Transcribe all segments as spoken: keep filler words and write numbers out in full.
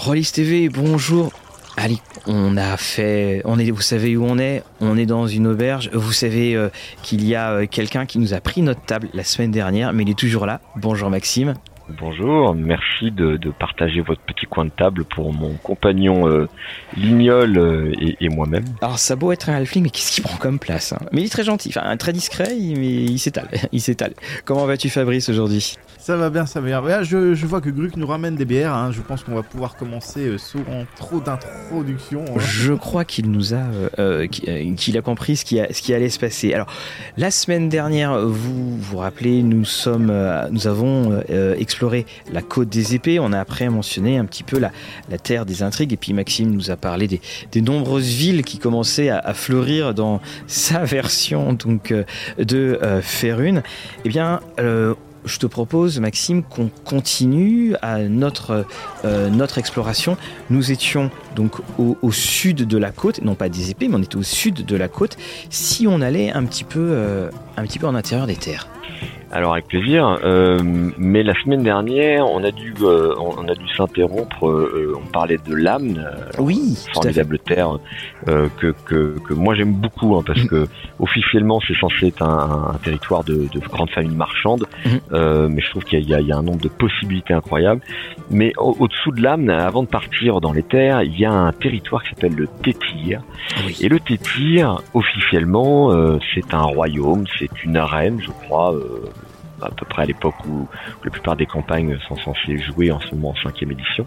Rollis T V, bonjour. Allez, on a fait, on est, vous savez où on est, on est dans une auberge. Vous savez euh, qu'il y a euh, quelqu'un qui nous a pris notre table la semaine dernière, mais il est toujours là. Bonjour Maxime. Bonjour, merci de, de partager votre petit coin de table pour mon compagnon euh, Lignol euh, et, et moi-même. Alors ça a beau être un halfling, mais qu'est-ce qu'il prend comme place, hein. Mais il est très gentil, enfin très discret, mais il s'étale, il s'étale. Comment vas-tu Fabrice aujourd'hui ? Ça va bien, ça va bien. Là, je, je vois que Gruc nous ramène des bières, hein. Je pense qu'on va pouvoir commencer euh, sans trop d'introduction. Hein. Je crois qu'il nous a, euh, qu'il a compris ce qui, a, ce qui allait se passer. Alors, la semaine dernière, vous vous rappelez, nous sommes, euh, nous avons euh, exploré la côte des épées. On a après mentionné un petit peu la, la terre des intrigues. Et puis Maxime nous a parlé des, des nombreuses villes qui commençaient à, à fleurir dans sa version donc euh, de euh, Faerûn. Eh bien, euh, je te propose, Maxime, qu'on continue à notre, euh, notre exploration. Nous étions donc au, au sud de la côte, non pas des épées, mais on était au sud de la côte. Si on allait un petit peu, euh, un petit peu en intérieur des terres. Alors avec plaisir, euh, mais la semaine dernière, on a dû, euh, on a dû s'interrompre. Euh, on parlait de Lamn, euh, oui, formidable terre euh, que, que que moi j'aime beaucoup, hein, parce que officiellement c'est censé être un, un territoire de, de grande famille marchande, mm-hmm. euh, mais je trouve qu'il y a, il y a un nombre de possibilités incroyables. Mais au, au-dessous de Lamn, avant de partir dans les terres, il y a un territoire qui s'appelle le Tétyr. Oui. Et le Tétyr, officiellement, euh, c'est un royaume, c'est une arène, je crois. Euh, à peu près à l'époque où, où la plupart des campagnes sont censées jouer en ce moment en cinquième édition.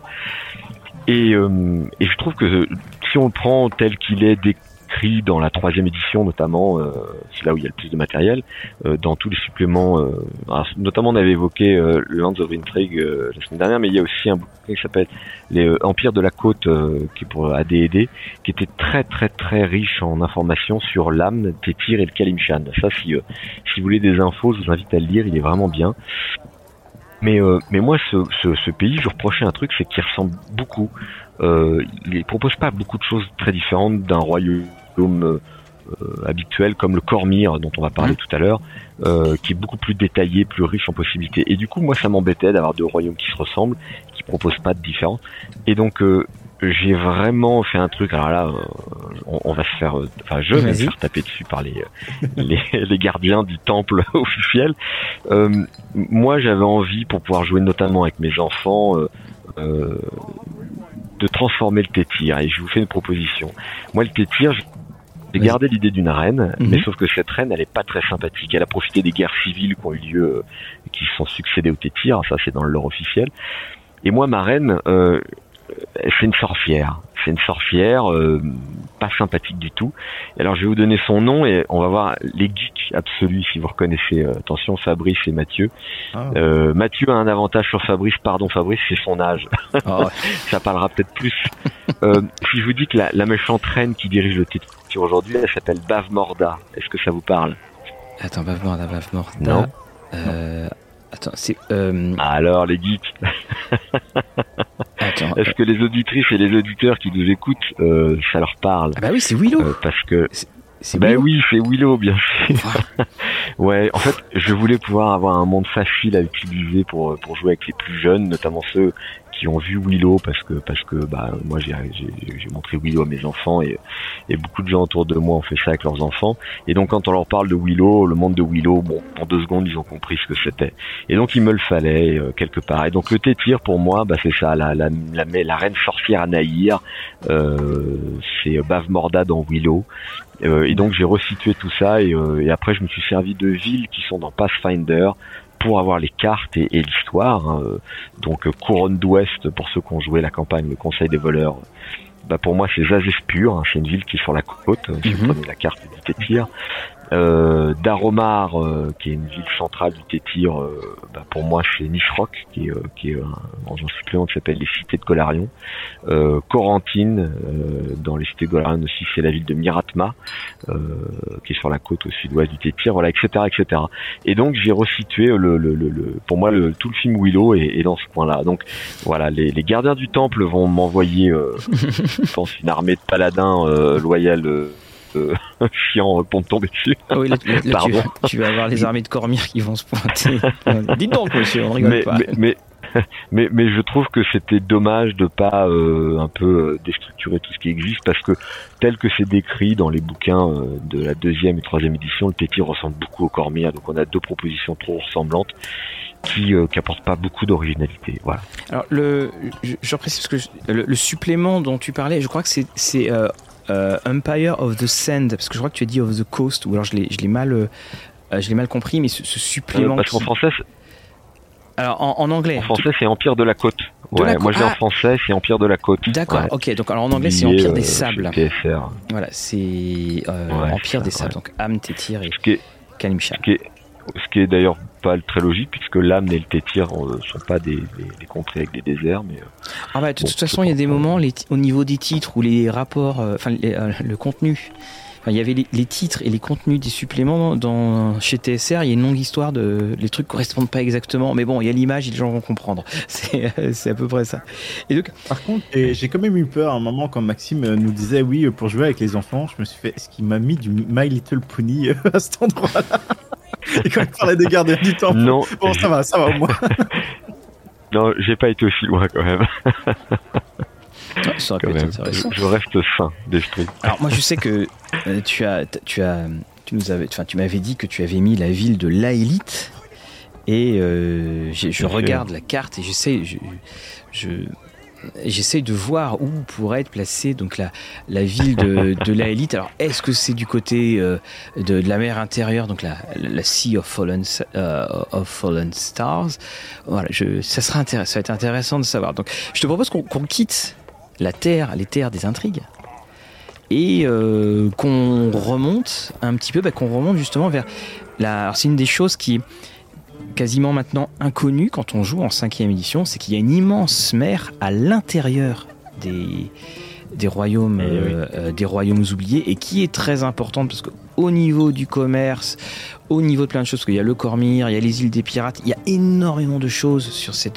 Et, euh, et je trouve que si on le prend tel qu'il est décrit dans la troisième édition notamment, euh, c'est là où il y a le plus de matériel, euh, dans tous les suppléments, euh, alors, notamment on avait évoqué euh, Lands of Intrigue euh, la semaine dernière, mais il y a aussi un bouquin qui s'appelle les euh, Empires de la Côte, euh, qui est pour A D et D, qui était très très très riche en informations sur Lamn, Tétyr et le Kalimshan. Ça, si, euh, si vous voulez des infos, je vous invite à le lire, il est vraiment bien. Mais euh, mais moi, ce, ce, ce pays, je reprochais un truc, c'est qu'il ressemble beaucoup. Euh, il propose pas beaucoup de choses très différentes d'un royaume euh, euh, habituel comme le Cormyr, dont on va parler mmh. tout à l'heure, euh, qui est beaucoup plus détaillé, plus riche en possibilités. Et du coup, moi, ça m'embêtait d'avoir deux royaumes qui se ressemblent, qui proposent pas de différence. Et donc euh, j'ai vraiment fait un truc. Alors là, euh, on, on va se faire, euh, enfin, je vais me faire taper dessus par les les, les gardiens du temple officiel. Euh, moi, j'avais envie, pour pouvoir jouer notamment avec mes enfants, euh, euh, de transformer le Tétyr. Et je vous fais une proposition. Moi, le Tétyr, j'ai gardé l'idée d'une reine, mmh. mais sauf que cette reine, elle est pas très sympathique. Elle a profité des guerres civiles qui ont eu lieu, euh, qui se sont succédées au Tétyr. Ça, c'est dans le lore officiel. Et moi, ma reine, euh, c'est une sorcière. C'est une sorcière euh, pas sympathique du tout. Et alors, je vais vous donner son nom et on va voir les geeks absolus, si vous reconnaissez. Euh, attention, Fabrice et Mathieu. Ah. Euh, Mathieu a un avantage sur Fabrice. Pardon, Fabrice, c'est son âge. Oh. Ça parlera peut-être plus. euh, si je vous dis que la, la méchante reine qui dirige le Tétyr aujourd'hui, elle s'appelle Bavmorda. Est-ce que ça vous parle ? Attends, Bavmorda, Bavmorda. Non. Euh... Attends, c'est... Euh... Alors, les geeks. Attends, Est-ce que les auditrices et les auditeurs qui nous écoutent, euh, ça leur parle ? Ah bah oui, c'est Willow. Euh, parce que... C'est, c'est bah Willow. oui, c'est Willow, bien sûr. Ouais, en fait, je voulais pouvoir avoir un monde facile à utiliser pour pour jouer avec les plus jeunes, notamment ceux qui ont vu Willow, parce que parce que bah moi j'ai j'ai, j'ai montré Willow à mes enfants et et beaucoup de gens autour de moi ont fait ça avec leurs enfants. Et donc quand on leur parle de Willow, le monde de Willow, bon, en deux secondes ils ont compris ce que c'était. Et donc il me le fallait euh, quelque part. Et donc le Tétyr pour moi, bah c'est ça, la la la, la, la reine sorcière Anaïr, euh, c'est Bavmorda dans Willow. Euh, et donc j'ai resitué tout ça et, euh, et après je me suis servi de villes qui sont dans Pathfinder pour avoir les cartes et, et l'histoire. Hein. Donc Couronne d'Ouest pour ceux qui ont joué la campagne, le Conseil des voleurs. Bah pour moi c'est Zazespur, hein, c'est une ville qui est sur la côte. Mm-hmm. Si vous prenez la carte du Tétyr. Euh, Daromar, euh, qui est une ville centrale du Tétyr, euh, bah pour moi c'est Nishrok, qui est, euh, qui est un, dans un supplément qui s'appelle les cités de Golarion. Euh, Corentine, euh, dans les cités de Golarion aussi, c'est la ville de Miratma, euh, qui est sur la côte au sud-ouest du Tétyr, voilà, et cetera, et cetera. Et donc j'ai resitué le, le, le, le pour moi le, tout le film Willow est, est dans ce point-là. Donc voilà, les, les gardiens du temple vont m'envoyer, euh, je pense, une armée de paladins euh, loyales. Euh, Euh, chiant pour me tomber dessus. Ah oui, là, là, là, tu, vas, tu vas avoir les armées de Cormyr qui vont se pointer. Dites donc, monsieur, on rigole mais, pas. Mais, mais, mais mais je trouve que c'était dommage de pas euh, un peu déstructurer tout ce qui existe, parce que tel que c'est décrit dans les bouquins euh, de la deuxième et troisième édition, le Tétir ressemble beaucoup au Cormia, donc on a deux propositions trop ressemblantes qui euh, qui apportent pas beaucoup d'originalité. Voilà. Alors le, je, je précise parce que je, le, le supplément dont tu parlais, je crois que c'est c'est euh, euh, Empire of the Sand, parce que je crois que tu as dit of the Coast, ou alors je l'ai je l'ai mal euh, je l'ai mal compris, mais ce, ce supplément. Euh, parce qui... qu'en français. Alors en, en anglais. En français, c'est Empire de la Côte. De ouais, la moi je dis ah. en français, c'est Empire de la Côte. D'accord, ouais. ok. Donc alors en anglais, c'est Empire euh, des Sables. T F R. Voilà, c'est euh, ouais, Empire ça, des Sables. ouais. Donc Am, Tétir et ce qui est, Kalimshan. Ce qui est, ce qui est d'ailleurs pas très logique, puisque l'Amn et le Tétir euh, sont pas des, des, des contrées avec des déserts. Mais, euh, ah bah, de bon, toute façon, il y a des moments les t- au niveau des titres ou les rapports, enfin euh, euh, le contenu. Enfin, il y avait les, les titres et les contenus des suppléments dans, chez T S R. Il y a une longue histoire de les trucs correspondent pas exactement, mais bon, il y a l'image et les gens vont comprendre. C'est, c'est à peu près ça. Et donc, par contre, j'ai quand même eu peur à un moment quand Maxime nous disait oui pour jouer avec les enfants. Je me suis fait, est-ce qu'il m'a mis du My Little Pony à cet endroit-là? Et quand il parlait des gardiens du temps, non, bon, ça va, ça va au moins. Non, j'ai pas été aussi loin quand même. Ça aurait pu être intéressant. Je, je reste sain d'esprit. Alors moi je sais que euh, tu as tu as tu nous avais enfin tu m'avais dit que tu avais mis la ville de Laélite et euh, je, je regarde la carte et j'essaie je, je j'essaie de voir où pourrait être placée donc la la ville de de Laélite. Alors est-ce que c'est du côté euh, de, de la mer intérieure, donc la la Sea of Fallen uh, of Fallen Stars. Voilà, je ça sera intéressant, ça va être intéressant de savoir. Donc je te propose qu'on, qu'on quitte la terre, les terres des intrigues, et euh, qu'on remonte un petit peu, bah, qu'on remonte justement vers la. Alors c'est une des choses qui est quasiment maintenant inconnue quand on joue en cinquième édition, c'est qu'il y a une immense mer à l'intérieur des des royaumes, eh oui. euh, des royaumes oubliés, et qui est très importante parce que au niveau du commerce, au niveau de plein de choses, parce qu'il y a le Cormyr, il y a les îles des pirates, il y a énormément de choses sur cette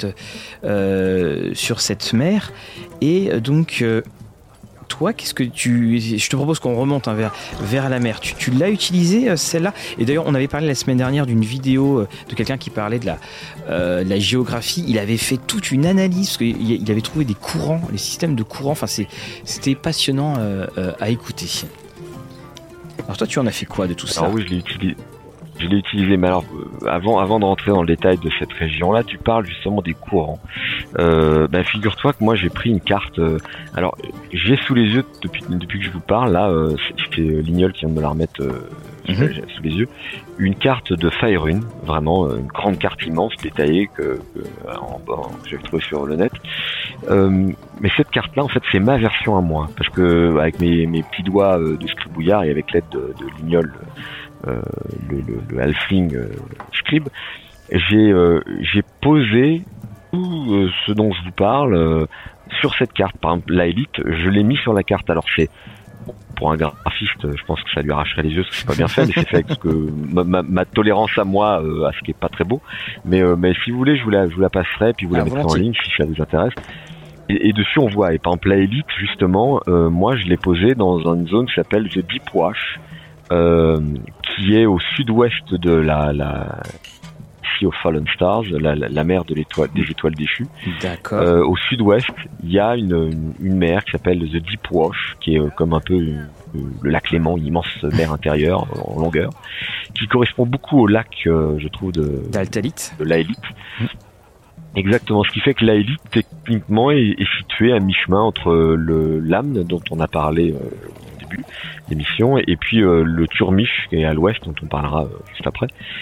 euh, sur cette mer, et donc euh, toi, qu'est-ce que tu... Je te propose qu'on remonte hein, vers, vers la mer. Tu, tu l'as utilisée, euh, celle-là? Et d'ailleurs, on avait parlé la semaine dernière d'une vidéo euh, de quelqu'un qui parlait de la, euh, de la géographie. Il avait fait toute une analyse, parce qu'il il avait trouvé des courants, les systèmes de courants. Enfin, c'est, c'était passionnant euh, euh, à écouter. Alors toi, tu en as fait quoi de tout ça? Alors oui, je l'ai utilisé. Je l'ai utilisé, mais alors euh, avant, avant de rentrer dans le détail de cette région-là, tu parles justement des courants. Euh, ben figure-toi que moi j'ai pris une carte. Euh, alors j'ai sous les yeux depuis depuis que je vous parle là, euh, c'est Lignol qui vient de me la remettre euh, mm-hmm. sous les yeux, une carte de Faerun, vraiment une grande carte immense détaillée que, que, en, en, que j'avais trouvée sur le net. Euh, mais cette carte-là, en fait, c'est ma version à moi, parce que avec mes, mes petits doigts euh, de scribouillard et avec l'aide de, de Lignol. Euh, le, le, le halfling euh, scribe, j'ai euh, j'ai posé tout euh, ce dont je vous parle euh, sur cette carte. Par exemple, la élite, je l'ai mis sur la carte. Alors c'est pour un graphiste, je pense que ça lui arracherait les yeux, parce que c'est pas bien fait, mais c'est fait avec ce que ma, ma, ma tolérance à moi euh, à ce qui est pas très beau. Mais euh, mais si vous voulez, je vous la je vous la passerai, puis vous ah, la mettrez en ligne si ça vous intéresse. Et, et dessus on voit. Et par exemple, la élite, justement, euh, moi je l'ai posée dans une zone qui s'appelle The Deep Wash. Euh, qui est au sud-ouest de la, la Sea of Fallen Stars, la, la, la mer de l'étoile, des étoiles déchues. D'accord. Euh, au sud-ouest, il y a une, une, une mer qui s'appelle The Deep Wash, qui est euh, comme un peu une, une, le lac Léman, une immense mer intérieure en longueur, qui correspond beaucoup au lac, euh, je trouve, de d'Altalite. De l'Aélite. Mmh. Exactement, ce qui fait que l'Aélite, techniquement, est, est située à mi-chemin entre le l'Amn, dont on a parlé euh, d'émission, et puis euh, le Turmish qui est à l'ouest, dont on parlera euh, juste après.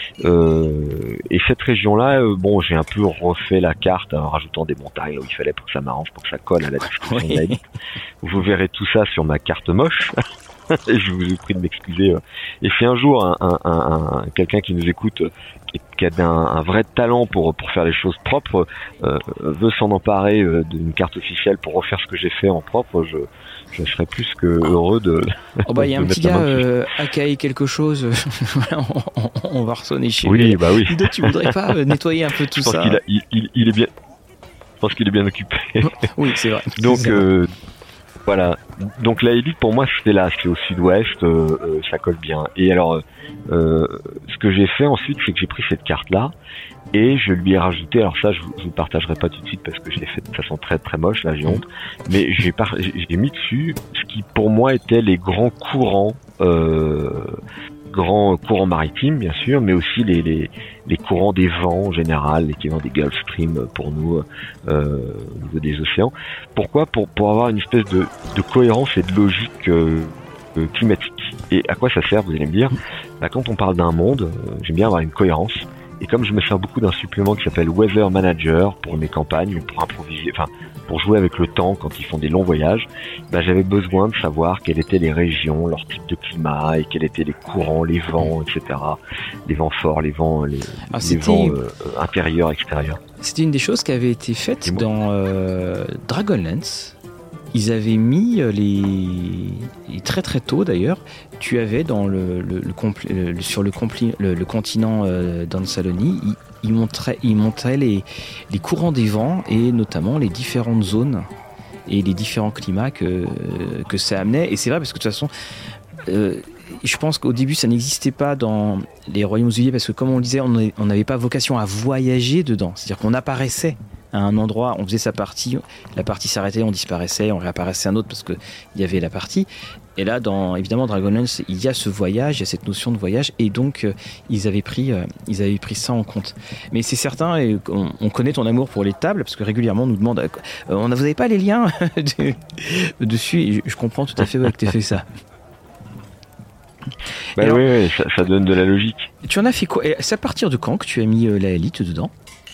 Euh, et cette région-là, euh, bon, j'ai un peu refait la carte en rajoutant des montagnes là où il fallait pour que ça m'arrange, pour que ça colle à la description oui. de la liste. Vous verrez tout ça sur ma carte moche. Et je vous prie de m'excuser. Et si un jour un, un, un, un quelqu'un qui nous écoute, qui, qui a un, un vrai talent pour pour faire les choses propres, euh, veut s'en emparer euh, d'une carte officielle pour refaire ce que j'ai fait en propre, je je serais plus que heureux de. Oh bah il y a un petit gars euh, Akai quelque chose. on, on, on va ressonner chez oui, lui. Oui bah oui. Ludo, tu voudrais pas nettoyer un peu tout je pense ça? Qu'il a, il, il, il est bien. Je pense qu'il est bien occupé. Oui, c'est vrai. Donc. C'est euh, vrai. Voilà. Donc la Élite pour moi c'est là, c'est au sud-ouest, euh, euh, ça colle bien. Et alors, euh, ce que j'ai fait ensuite, c'est que j'ai pris cette carte-là et je lui ai rajouté. Alors ça, je vous, je vous partagerai pas tout de suite parce que je l'ai fait de façon très très moche, là j'ai honte. Mais j'ai par... j'ai mis dessus ce qui pour moi étaient les grands courants. Euh, grands courants maritimes bien sûr, mais aussi les, les, les courants des vents en général, l'équivalent des Gulf Stream pour nous euh, au niveau des océans. Pourquoi? Pour, pour avoir une espèce de, de cohérence et de logique euh, euh, climatique. Et à quoi ça sert, vous allez me dire? Bah, quand on parle d'un monde, euh, j'aime bien avoir une cohérence. Et comme je me sers beaucoup d'un supplément qui s'appelle Weather Manager pour mes campagnes, pour improviser, enfin pour jouer avec le temps quand ils font des longs voyages, bah, j'avais besoin de savoir quelles étaient les régions, leur type de climat et quels étaient les courants, les vents, et cetera. Les vents forts, les vents, les, Alors, les vents euh, intérieurs, extérieurs. C'était une des choses qui avait été faite dans euh, Dragonlance. Ils avaient mis les, et très très tôt d'ailleurs, tu avais dans le, le, le, compl... le sur le, compli... le, le continent euh, d'Ansaloni, ils, ils montraient, ils montraient les, les courants des vents et notamment les différentes zones et les différents climats que, que ça amenait. Et c'est vrai parce que de toute façon, euh, je pense qu'au début ça n'existait pas dans les royaumes oubliés parce que comme on le disait, on n'avait pas vocation à voyager dedans. C'est-à-dire qu'on apparaissait à un endroit, on faisait sa partie, la partie s'arrêtait, on disparaissait, on réapparaissait un autre parce qu'il y avait la partie. Et là, dans évidemment Dragonlance, il y a ce voyage, il y a cette notion de voyage, et donc euh, ils avaient pris, euh, ils avaient pris ça en compte. Mais c'est certain, et on, on connaît ton amour pour les tables parce que régulièrement on nous demande, euh, on vous avez pas les liens de, dessus, et je, je comprends tout à fait que tu aies fait ça. Bah alors, oui, oui ça, ça donne de la logique. Tu en as fait quoi? Et c'est à partir de quand que tu as mis euh, la Élite dedans?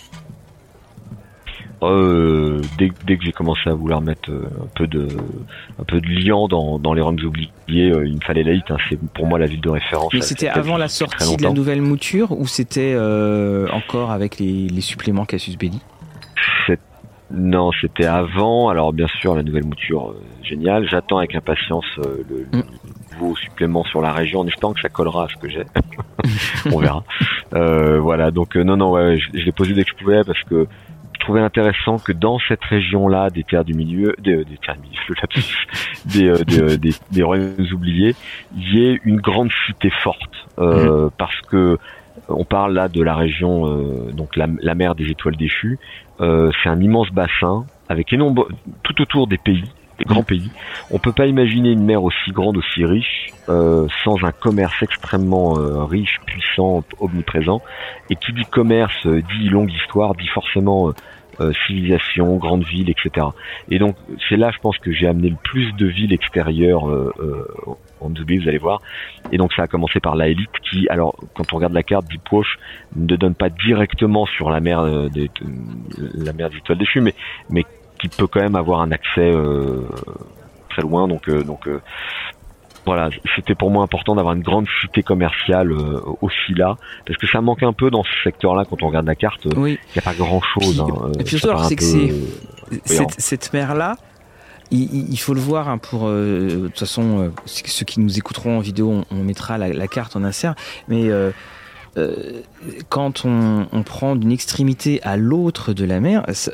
Euh, dès, dès que j'ai commencé à vouloir mettre euh, un peu de un peu de liant dans, dans les royaumes oubliés, euh, il me fallait l'élite, hein, c'est pour moi la ville de référence. Mais c'était avant la sortie de la nouvelle mouture ou c'était euh, encore avec les, les suppléments Cassius Belli? C'est... Non, c'était avant. Alors bien sûr la nouvelle mouture, euh, génial. J'attends avec impatience euh, le, mm. le nouveau supplément sur la région en espérant que ça collera à ce que j'ai. On verra. Euh, voilà, donc euh, non, non, ouais, je, je l'ai posé dès que je pouvais parce que je trouvais intéressant que dans cette région-là, des terres du milieu, des, des terres du milieu, le lapsus, des, euh, des, euh, des, des royaumes oubliés, il y ait une grande cité forte, euh, mmh. parce que on parle là de la région, euh, donc la, la mer des étoiles déchues. Euh, c'est un immense bassin avec énorme, tout autour des pays, des grands pays. On peut pas imaginer une mer aussi grande, aussi riche, euh, sans un commerce extrêmement euh, riche, puissant, omniprésent. Et qui dit commerce, euh, dit longue histoire, dit forcément euh, euh, civilisation, grande ville, et cetera. Et donc c'est là, je pense, que j'ai amené le plus de villes extérieures euh, euh, en Oublié, vous allez voir. Et donc ça a commencé par la Élite, qui, alors quand on regarde la carte, Deep Wash ne donne pas directement sur la mer euh, des, la mer des étoiles déchues, mais mais qui peut quand même avoir un accès euh, très loin. Donc, euh, donc euh, voilà, c'était pour moi important d'avoir une grande cité commerciale euh, aussi là, parce que ça manque un peu dans ce secteur-là quand on regarde la carte. Il oui. n'y a pas grand-chose. Puis, hein, et puis surtout, alors, c'est que c'est euh, cette, cette mer-là. Il, il faut le voir hein, pour euh, de toute façon euh, ceux qui nous écouteront en vidéo, on, on mettra la, la carte en insert. Mais euh, Euh, quand on, on prend d'une extrémité à l'autre de la mer, ça,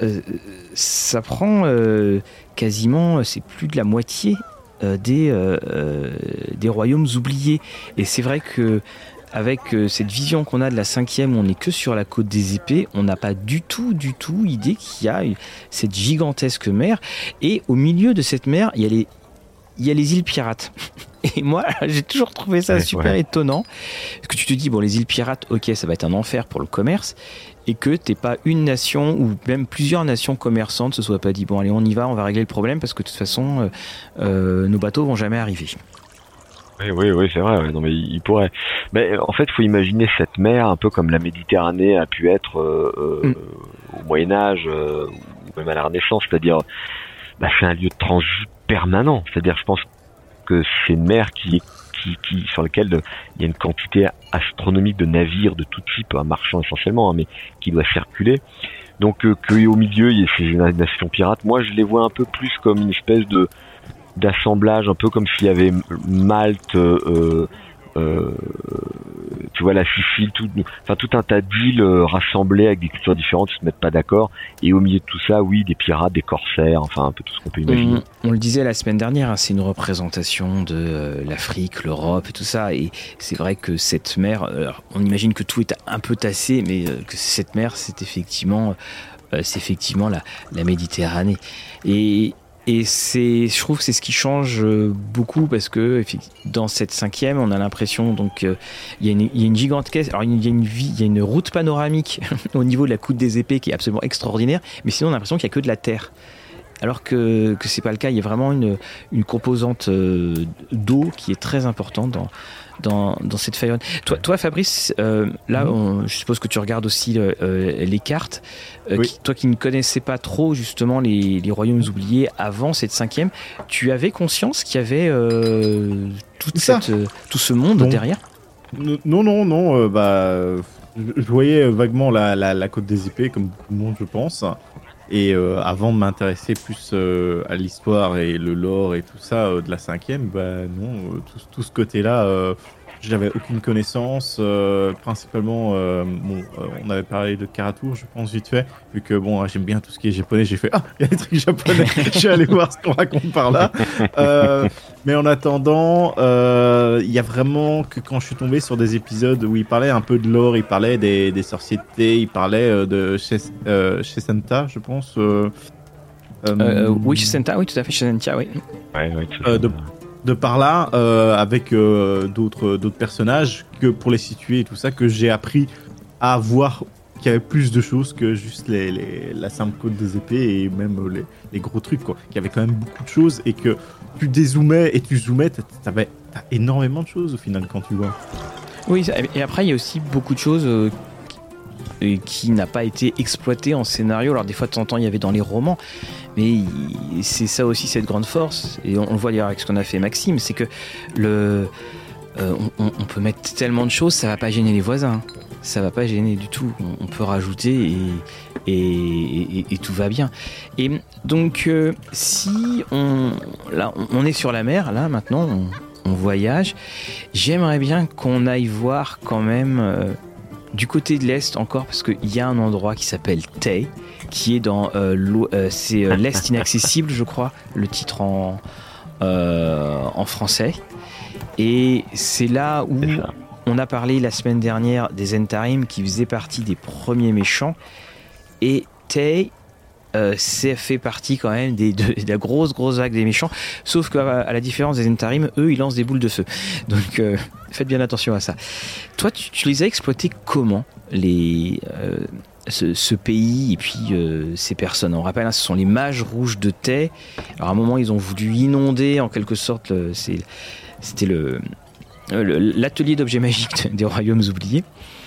ça prend euh, quasiment, c'est plus de la moitié euh, des, euh, des royaumes oubliés. Et c'est vrai que avec cette vision qu'on a de la cinquième, on n'est que sur la côte des épées, on n'a pas du tout, du tout idée qu'il y a cette gigantesque mer. Et au milieu de cette mer, il y a les, il y a les îles pirates. Et moi, j'ai toujours trouvé ça ouais, super ouais. étonnant. Parce que tu te dis, bon, les îles pirates, ok, ça va être un enfer pour le commerce. Et que t'es pas une nation ou même plusieurs nations commerçantes se soient pas dit, bon, allez, on y va, on va régler le problème parce que de toute façon, euh, euh, nos bateaux vont jamais arriver. Oui, oui, oui, c'est vrai. Ouais. Non, mais il pourrait. Mais en fait, il faut imaginer cette mer un peu comme la Méditerranée a pu être euh, mm. au Moyen Âge euh, ou même à la Renaissance, c'est-à-dire, bah, c'est un lieu de transit permanent. C'est-à-dire, je pense que c'est une mer qui, qui, qui, sur laquelle il y a une quantité astronomique de navires de tout type, un marchand essentiellement, hein, mais qui doit circuler. Donc, euh, qu'au milieu, il y a ces nations pirates. Moi, je les vois un peu plus comme une espèce de d'assemblage, un peu comme s'il y avait Malte, euh, euh, tu vois la Sicile, tout, enfin tout un tas d'îles euh, rassemblées avec des cultures différentes, qui se mettent pas d'accord, et au milieu de tout ça, oui, des pirates, des corsaires, enfin un peu tout ce qu'on peut imaginer. On, on le disait la semaine dernière, hein, c'est une représentation de euh, l'Afrique, l'Europe et tout ça, et c'est vrai que cette mer, alors, on imagine que tout est un peu tassé, mais euh, que cette mer, c'est effectivement, euh, c'est effectivement la, la Méditerranée. Et Et c'est, je trouve que c'est ce qui change beaucoup parce que dans cette cinquième, on a l'impression donc il euh, y, y a une gigantesque, alors il y a une vie, il y a une route panoramique au niveau de la Côte des Épées qui est absolument extraordinaire, mais sinon on a l'impression qu'il y a que de la terre. Alors que que c'est pas le cas, il y a vraiment une une composante euh, d'eau qui est très importante dans dans dans cette Faerun. Toi toi Fabrice, euh, là on, je suppose que tu regardes aussi euh, les cartes. Euh, oui. qui, toi qui ne connaissais pas trop justement les les royaumes oubliés avant cette cinquième, tu avais conscience qu'il y avait euh, toute cette euh, tout ce monde non. derrière? Non non non, euh, bah je, je voyais vaguement la, la la Côte des Épées comme beaucoup de monde je pense. Et euh, avant de m'intéresser plus euh, à l'histoire et le lore et tout ça euh, de la cinquième, bah non, euh, tout, tout ce côté-là, euh, j'avais aucune connaissance. Euh, principalement, euh, bon, euh, on avait parlé de Karatur, je pense vite fait, vu que bon, j'aime bien tout ce qui est japonais. J'ai fait ah, il y a des trucs japonais. Je suis allé voir ce qu'on raconte par là. Euh, mais en attendant, il euh, y a vraiment que quand je suis tombé sur des épisodes où il parlait un peu de lore, il parlait des, des sorciers de thé, il parlait euh, de chez euh, Senta, je pense. Euh, euh, euh, oui, chez Senta, oui, tout à fait, chez Senta, oui. Ouais, ouais, tout euh, de, de par là, euh, avec euh, d'autres d'autres personnages que pour les situer et tout ça, que j'ai appris à voir qu'il y avait plus de choses que juste les, les, la simple côte des épées et même les, les gros trucs, quoi. Qu'il y avait quand même beaucoup de choses et que tu dézoomais et tu zoomais, t'avais t'as énormément de choses au final quand tu vois. Oui, et après il y a aussi beaucoup de choses euh, qui n'a pas été exploitées en scénario. Alors des fois de temps en temps il y avait dans les romans, mais c'est ça aussi cette grande force, et on, on le voit d'ailleurs avec ce qu'on a fait Maxime, c'est que le, euh, on, on peut mettre tellement de choses, ça va pas gêner les voisins. Ça va pas gêner du tout. On, on peut rajouter et, et, et, et tout va bien. Et donc, euh, si on, là, on est sur la mer, là maintenant, on, on voyage. J'aimerais bien qu'on aille voir quand même euh, du côté de l'est encore, parce qu'il y a un endroit qui s'appelle Tay, qui est dans euh, l'eau, euh, c'est euh, l'est inaccessible, je crois, le titre en euh, en français. Et c'est là où on a parlé la semaine dernière des Zhentarim qui faisaient partie des premiers méchants, et Tay euh, c'est fait partie quand même des, de, de la grosse grosse vague des méchants, sauf qu'à à la différence des Zhentarim, eux ils lancent des boules de feu, donc euh, faites bien attention à ça. Toi tu, tu les as exploités comment, les, euh, ce, ce pays et puis euh, ces personnes? On rappelle, hein, ce sont les mages rouges de Tay. Alors à un moment ils ont voulu inonder en quelque sorte, le, c'est, c'était le l'atelier d'objets magiques des royaumes oubliés,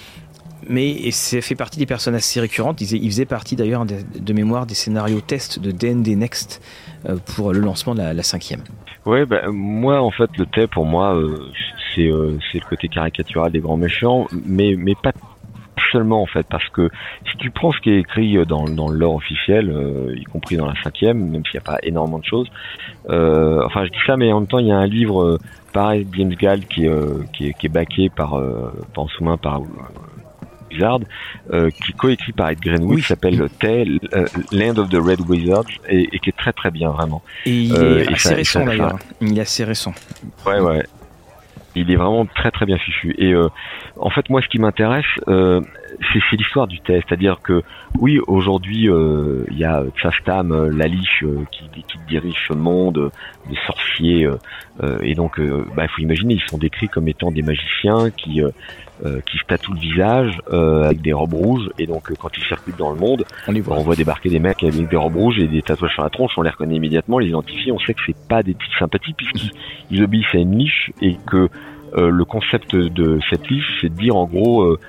mais ça fait partie des personnes assez récurrentes. Il faisait partie d'ailleurs de, de mémoire des scénarios tests de D and D Next pour le lancement de la, la cinquième. Ouais, bah, moi en fait le Tay pour moi euh, c'est euh, c'est le côté caricatural des grands méchants, mais mais pas seulement en fait, parce que si tu prends ce qui est écrit dans dans le lore officiel, euh, y compris dans la cinquième, même s'il n'y a pas énormément de choses, euh, enfin je dis ça, mais en même temps il y a un livre euh, pareil, Bliemsgald, qui, euh, qui est qui est backé par euh, en sous-main par euh, Wizard, euh, qui est coécrit par Ed Greenwood, oui. Qui s'appelle Tay, euh, Land of the Red Wizards, et, et qui est très très bien vraiment. Et il euh, est assez ça, récent ça, d'ailleurs. Ça... Il est assez récent. Ouais ouais. Il est vraiment très très bien fichu. Et euh, en fait, moi, ce qui m'intéresse, euh, c'est, c'est l'histoire du Tay. C'est-à-dire que, oui, aujourd'hui, il euh, y a Tsastam, euh, la liche, euh, qui, qui dirige ce monde, euh, des sorciers. Euh, euh, et donc, euh, bah, il faut imaginer, ils sont décrits comme étant des magiciens qui... Euh, Euh, qui se tatouent le visage euh, avec des robes rouges, et donc euh, quand ils circulent dans le monde, on, voit. on voit débarquer des mecs avec des robes rouges et des tatouages sur la tronche, on les reconnaît immédiatement, on les identifie, on sait que c'est pas des petites sympathies puisqu'ils ils obéissent à une niche, et que euh, le concept de cette niche, c'est de dire en gros euh,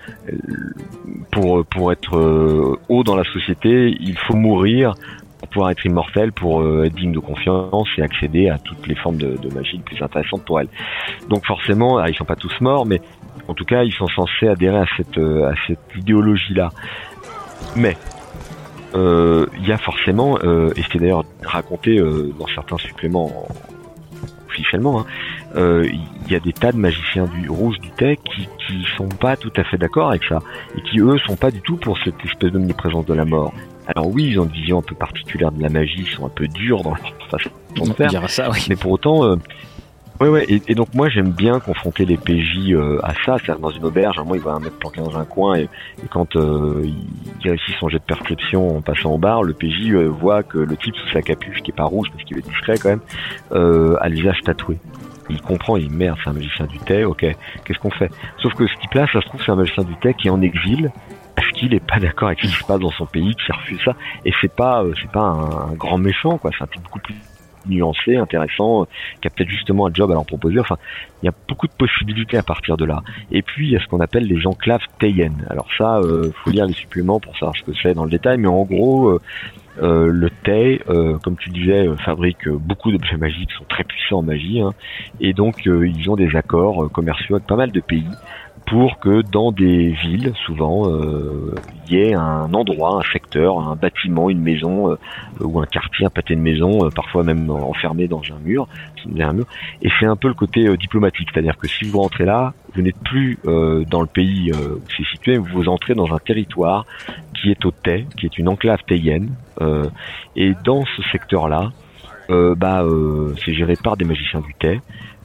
pour pour être euh, haut dans la société, il faut mourir pour pouvoir être immortel, pour euh, être digne de confiance et accéder à toutes les formes de, de magie les plus intéressantes pour elle. Donc forcément, ah, ils sont pas tous morts, mais en tout cas, ils sont censés adhérer à cette euh, à cette idéologie-là. Mais il euh, y a forcément, euh, et c'est d'ailleurs raconté euh, dans certains suppléments officiellement, hein, il euh, y a des tas de magiciens du rouge du thé qui qui sont pas tout à fait d'accord avec ça et qui eux sont pas du tout pour cette espèce d'omniprésence de la mort. Alors oui, ils ont une vision un peu particulière de la magie, ils sont un peu durs dans leur façon de faire, ça, oui. mais pour autant, euh, ouais ouais. Et, et donc moi j'aime bien confronter les P J euh, à ça, c'est-à-dire dans une auberge, un moment ils voient un mec planqué dans un coin et, et quand euh, il réussit son jet de perception en passant au bar, le P J euh, voit que le type sous sa capuche, qui est pas rouge parce qu'il est discret quand même, euh, a le visage tatoué. Il comprend, il dit merde, c'est un magicien du thé, ok, qu'est-ce qu'on fait? Sauf que ce type-là, ça se trouve, c'est un magicien du thé qui est en exil, parce qu'il est pas d'accord avec ce qui se passe dans son pays, qui refuse ça, et c'est pas, euh, c'est pas un, un grand méchant, quoi, c'est un type beaucoup plus nuancé, intéressant, euh, qui a peut-être justement un job à leur proposer, enfin, il y a beaucoup de possibilités à partir de là. Et puis, il y a ce qu'on appelle les enclaves théiennes. Alors ça, euh, faut lire les suppléments pour savoir ce que c'est dans le détail, mais en gros, euh, Euh, le thé, euh, comme tu disais, euh, fabrique euh, beaucoup d'objets magiques, sont très puissants en magie, hein, et donc euh, ils ont des accords euh, commerciaux avec pas mal de pays pour que dans des villes, souvent, euh, il y ait un endroit, un secteur, un bâtiment, une maison euh, ou un quartier, un pâté de maison, euh, parfois même enfermé dans un mur, un mur. Et c'est un peu le côté euh, diplomatique, c'est-à-dire que si vous rentrez là, vous n'êtes plus euh, dans le pays euh, où c'est situé, vous entrez dans un territoire qui est au thé, qui est une enclave théienne, euh, et dans ce secteur-là, euh, bah, euh, c'est géré par des magiciens du thé.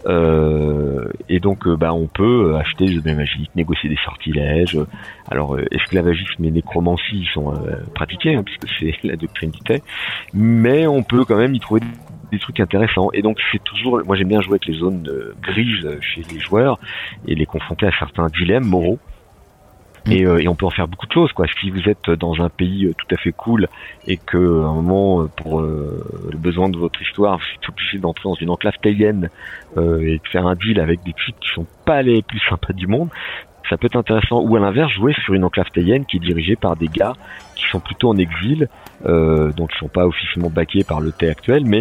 Euh, et donc euh, bah on peut acheter des objets magiques, négocier des sortilèges. Alors euh, esclavagisme et nécromancie sont euh, pratiqués hein, puisque c'est la doctrine du thé, mais on peut quand même y trouver des trucs intéressants. Et donc c'est toujours, moi j'aime bien jouer avec les zones euh, grises chez les joueurs et les confronter à certains dilemmes moraux. Et, euh, et on peut en faire beaucoup de choses, quoi. Si vous êtes dans un pays euh, tout à fait cool et que à un moment, euh, pour euh, le besoin de votre histoire, vous êtes obligé d'entrer dans une enclave théienne euh, et de faire un deal avec des types qui sont pas les plus sympas du monde, ça peut être intéressant. Ou à l'inverse, jouer sur une enclave théienne qui est dirigée par des gars qui sont plutôt en exil, euh, donc qui sont pas officiellement backés par le thé actuel, mais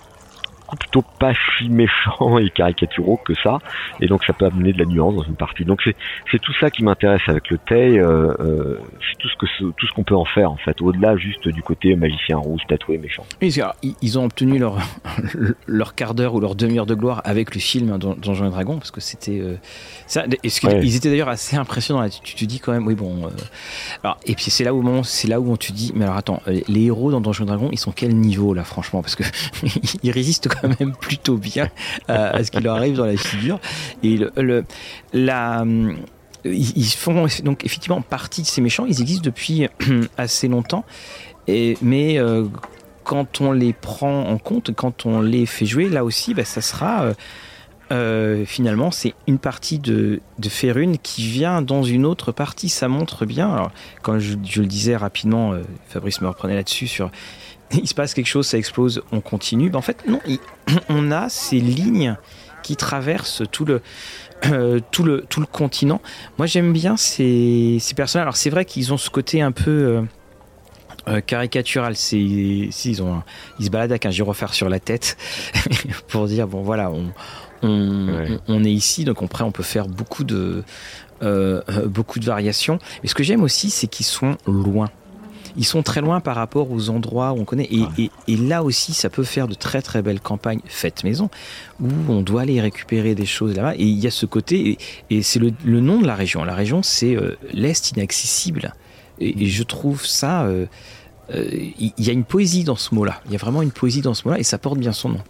plutôt pas si méchants et caricaturaux que ça, et donc ça peut amener de la nuance dans une partie. Donc c'est c'est tout ça qui m'intéresse avec le thé, euh, euh, c'est tout ce que tout ce qu'on peut en faire en fait, au-delà juste du côté magicien rouge tatoué méchant. Oui, alors, ils ont obtenu leur leur quart d'heure ou leur demi-heure de gloire avec le film dans Donjons et Dragons, parce que c'était euh, ça. Est-ce que ouais. Ils étaient d'ailleurs assez impressionnants là. Tu te dis quand même, oui bon. Euh, alors et puis c'est là où moment, c'est là où on te dit, mais alors attends, les héros dans Donjons et Dragons, ils sont quel niveau là franchement, parce que ils résistent quand même plutôt bien à, à ce qui leur arrive dans la figure. Et le, le la ils font donc effectivement partie de ces méchants. Ils existent depuis assez longtemps, et mais euh, quand on les prend en compte, quand on les fait jouer, là aussi, bah, ça sera euh, euh, finalement c'est une partie de de Faerûn qui vient dans une autre partie. Ça montre bien. Alors, quand je, je le disais rapidement, euh, Fabrice me reprenait là-dessus sur il se passe quelque chose, ça explose, on continue. Ben en fait, non, il, on a ces lignes qui traversent tout le, euh, tout le, tout le continent. Moi, j'aime bien ces, ces personnages. Alors, c'est vrai qu'ils ont ce côté un peu euh, euh, caricatural. C'est, si, ils, ont, ils se baladent avec un gyrophare sur la tête pour dire, bon, voilà, on, on, ouais. on, on est ici, donc après, on peut faire beaucoup de, euh, beaucoup de variations. Mais ce que j'aime aussi, c'est qu'ils sont loin. Ils sont très loin par rapport aux endroits où on connaît. Et, ouais. et, et là aussi, ça peut faire de très très belles campagnes faites maison, où on doit aller récupérer des choses là-bas. Et il y a ce côté, et, et c'est le, le nom de la région. La région, c'est euh, l'Est inaccessible. Et, et je trouve ça... Il euh, euh, y, y a une poésie dans ce mot-là. Il y a vraiment une poésie dans ce mot-là, et ça porte bien son nom.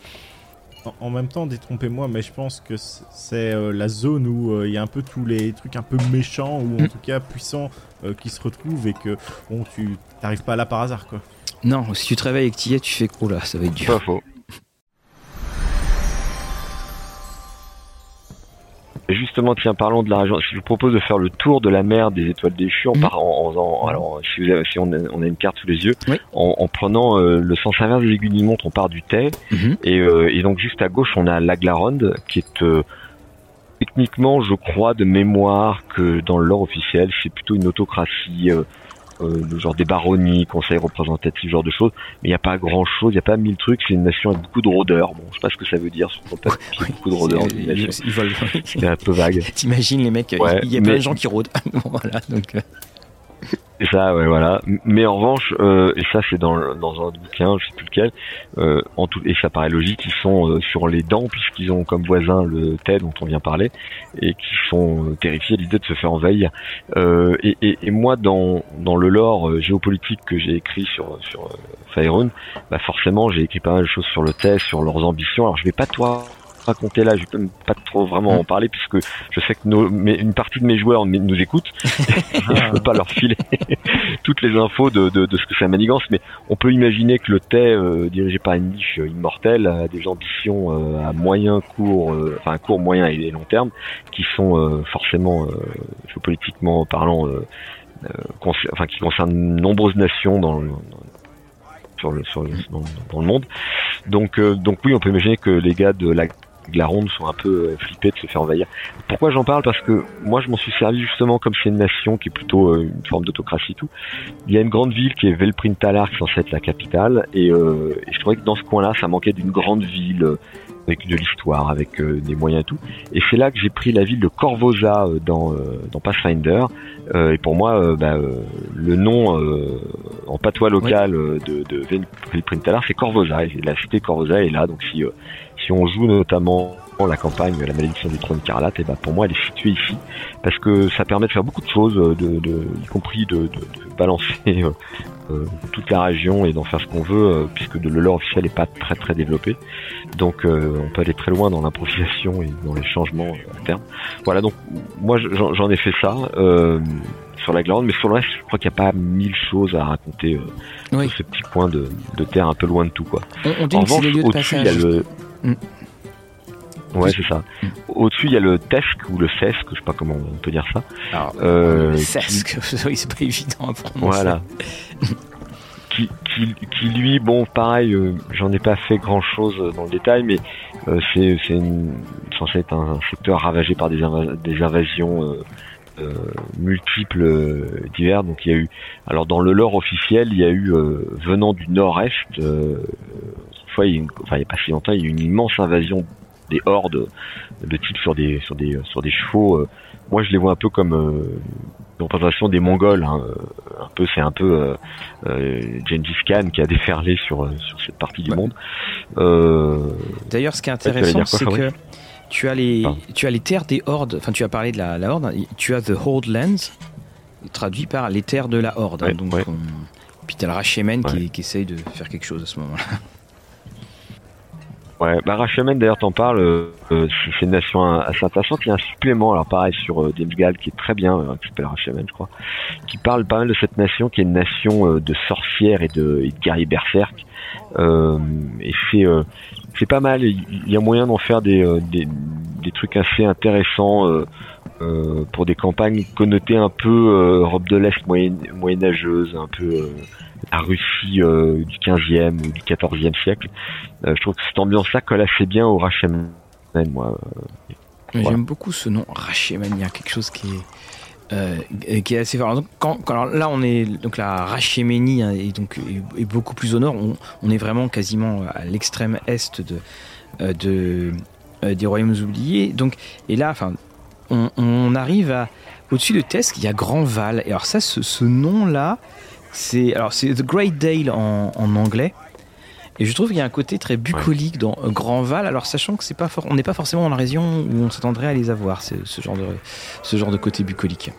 En même temps, détrompez-moi, mais je pense que c'est euh, la zone où il euh, y a un peu tous les trucs un peu méchants, ou en mmh. tout cas puissants, euh, qui se retrouvent, et que bon, tu n'arrives pas là par hasard, quoi. Non, si tu te réveilles et que tu y es, tu fais oh là, ça va être dur. Pas faux. Et justement, tiens, parlons de la région. Je vous propose de faire le tour de la mer des étoiles déchues en, mmh. par, en, en, en alors si, vous avez, si on, a, on a une carte sous les yeux, oui. en, en prenant euh, le sens inverse des aiguilles d'une montre, on part du thé, mmh. et, euh, et donc juste à gauche, on a l'Aglaronde, qui est euh, techniquement, je crois, de mémoire que dans le lore officiel, c'est plutôt une autocratie. Euh, Euh, le genre des baronnies, conseils représentatifs, ce genre de choses, mais il n'y a pas grand chose, il n'y a pas mille trucs, c'est une nation avec beaucoup de rôdeurs. Bon, je sais pas ce que ça veut dire, sur pas oui, beaucoup de rôdeurs. Ils, ils veulent... C'est un peu vague. T'imagines les mecs, il ouais, y a mais... plein de gens qui rôdent. Voilà, donc. C'est ça, ouais, voilà. Mais en revanche, euh, et ça c'est dans dans un bouquin, je sais plus lequel, euh, en tout, et ça paraît logique, ils sont euh, sur les dents puisqu'ils ont comme voisin le Ted dont on vient parler et qui sont euh, terrifiés à l'idée de se faire envahir. Euh, et, et, et moi, dans dans le lore euh, géopolitique que j'ai écrit sur sur euh, Faerun, bah forcément j'ai écrit pas mal de choses sur le Ted, sur leurs ambitions. Alors je vais pas toi raconter là, je vais pas trop vraiment en parler puisque je sais que nos, mais une partie de mes joueurs nous écoutent. Je peux pas leur filer toutes les infos de, de, de ce que c'est la manigance, mais on peut imaginer que le T E, euh, dirigé par une niche immortelle, a des ambitions euh, à moyen, court, euh, enfin court, moyen et long terme, qui sont euh, forcément euh, géopolitiquement parlant, euh, euh, concer- enfin qui concernent de nombreuses nations dans le dans, sur le, sur le dans, dans le monde. Donc euh, donc oui, on peut imaginer que les gars de la de la ronde sont un peu flippés de se faire envahir. Pourquoi j'en parle? Parce que moi je m'en suis servi justement comme c'est une nation qui est plutôt euh, une forme d'autocratie et tout. Il y a une grande ville qui est Velprintalar qui est censée être la capitale et, euh, et je trouvais que dans ce coin-là ça manquait d'une grande ville euh, avec de l'histoire, avec euh, des moyens et tout. Et c'est là que j'ai pris la ville de Korvosa euh, dans, euh, dans Pathfinder. Euh, et pour moi, euh, bah, euh, le nom euh, en patois local euh, de, de Velprintalar, c'est Korvosa. Et la cité Korvosa est là. Donc si euh, si on joue notamment la campagne La Malédiction du Trône Écarlate, et bah pour moi elle est située ici parce que ça permet de faire beaucoup de choses, de, de y compris de, de, de balancer euh, euh, toute la région et d'en faire ce qu'on veut, euh, puisque de, le lore officiel est pas très très développé. Donc euh, on peut aller très loin dans l'improvisation et dans les changements à terme. Voilà, donc moi j'en, j'en ai fait ça. Euh, sur la Glande, mais sur le reste, je crois qu'il n'y a pas mille choses à raconter euh, oui. sur ce petit coin de, de terre un peu loin de tout, quoi. On, on dit en que revanche, c'est les lieux de au-dessus, il y a le... Mm. Ouais, c'est ça. Mm. Au-dessus, il y a le Tesk ou le Sesk, je sais pas comment on peut dire ça. Alors, euh, Sesk, qui... oui, c'est pas évident à prononcer. Voilà. qui, qui, qui, lui, bon, pareil, euh, j'en ai pas fait grand-chose dans le détail, mais euh, c'est, c'est une... censé être un secteur ravagé par des, inv... des invasions euh, Euh, multiples euh, divers. Donc il y a eu, alors dans le lore officiel, il y a eu euh, venant du nord-est, euh, autrefois, il y a une, enfin il y a pas si longtemps, il y a eu une immense invasion des hordes de type sur des sur des sur des chevaux. Euh, moi je les vois un peu comme euh, une représentation des Mongols. Hein, euh, un peu, c'est un peu euh, euh, Gengis Khan qui a déferlé sur sur cette partie du ouais. monde. Euh, D'ailleurs, ce qui est intéressant, c'est que Tu as les, ah. tu as les terres des hordes. Enfin, tu as parlé de la, la horde. Tu as the Horde Lands, traduit par les terres de la horde. Ouais, hein, donc, ouais. on... puis t'as le Rachemen ouais. qui, qui essaye de faire quelque chose à ce moment-là. Ouais, bah Rachemen d'ailleurs t'en parles. Euh, c'est une nation assez intéressante. Il y a un supplément, alors pareil sur euh, Dimsgal qui est très bien, euh, qui s'appelle Rachemen, je crois, qui parle pas mal de cette nation qui est une nation euh, de sorcières et de, et de guerriers berserk. Euh, et c'est euh, c'est pas mal. Il y a moyen d'en faire des euh, des, des trucs assez intéressants euh, euh, pour des campagnes connotées un peu euh, Europe de l'Est moyen, moyenâgeuse, un peu euh, la Russie euh, du quinzième ou du quatorzième siècle. Euh, je trouve que cette ambiance-là colle assez bien au Rachemen, moi. Euh, J'aime voilà. beaucoup ce nom Rachemen. Il y a quelque chose qui est Euh, qui est assez fort. Donc, quand, quand, alors là, on est donc la Rachéménie hein, et donc est, est beaucoup plus au nord. On, on est vraiment quasiment à l'extrême est de, de euh, des Royaumes oubliés. Donc et là, enfin, on, on arrive à au-dessus de Tesk, il y a Grand Val. Et alors ça, ce, ce nom-là, c'est alors c'est The Great Dale en, en anglais. Et je trouve qu'il y a un côté très bucolique dans Grand Val, alors sachant que c'est pas for- on n'est pas forcément dans la région où on s'attendrait à les avoir, ce, ce genre de ce genre de côté bucolique.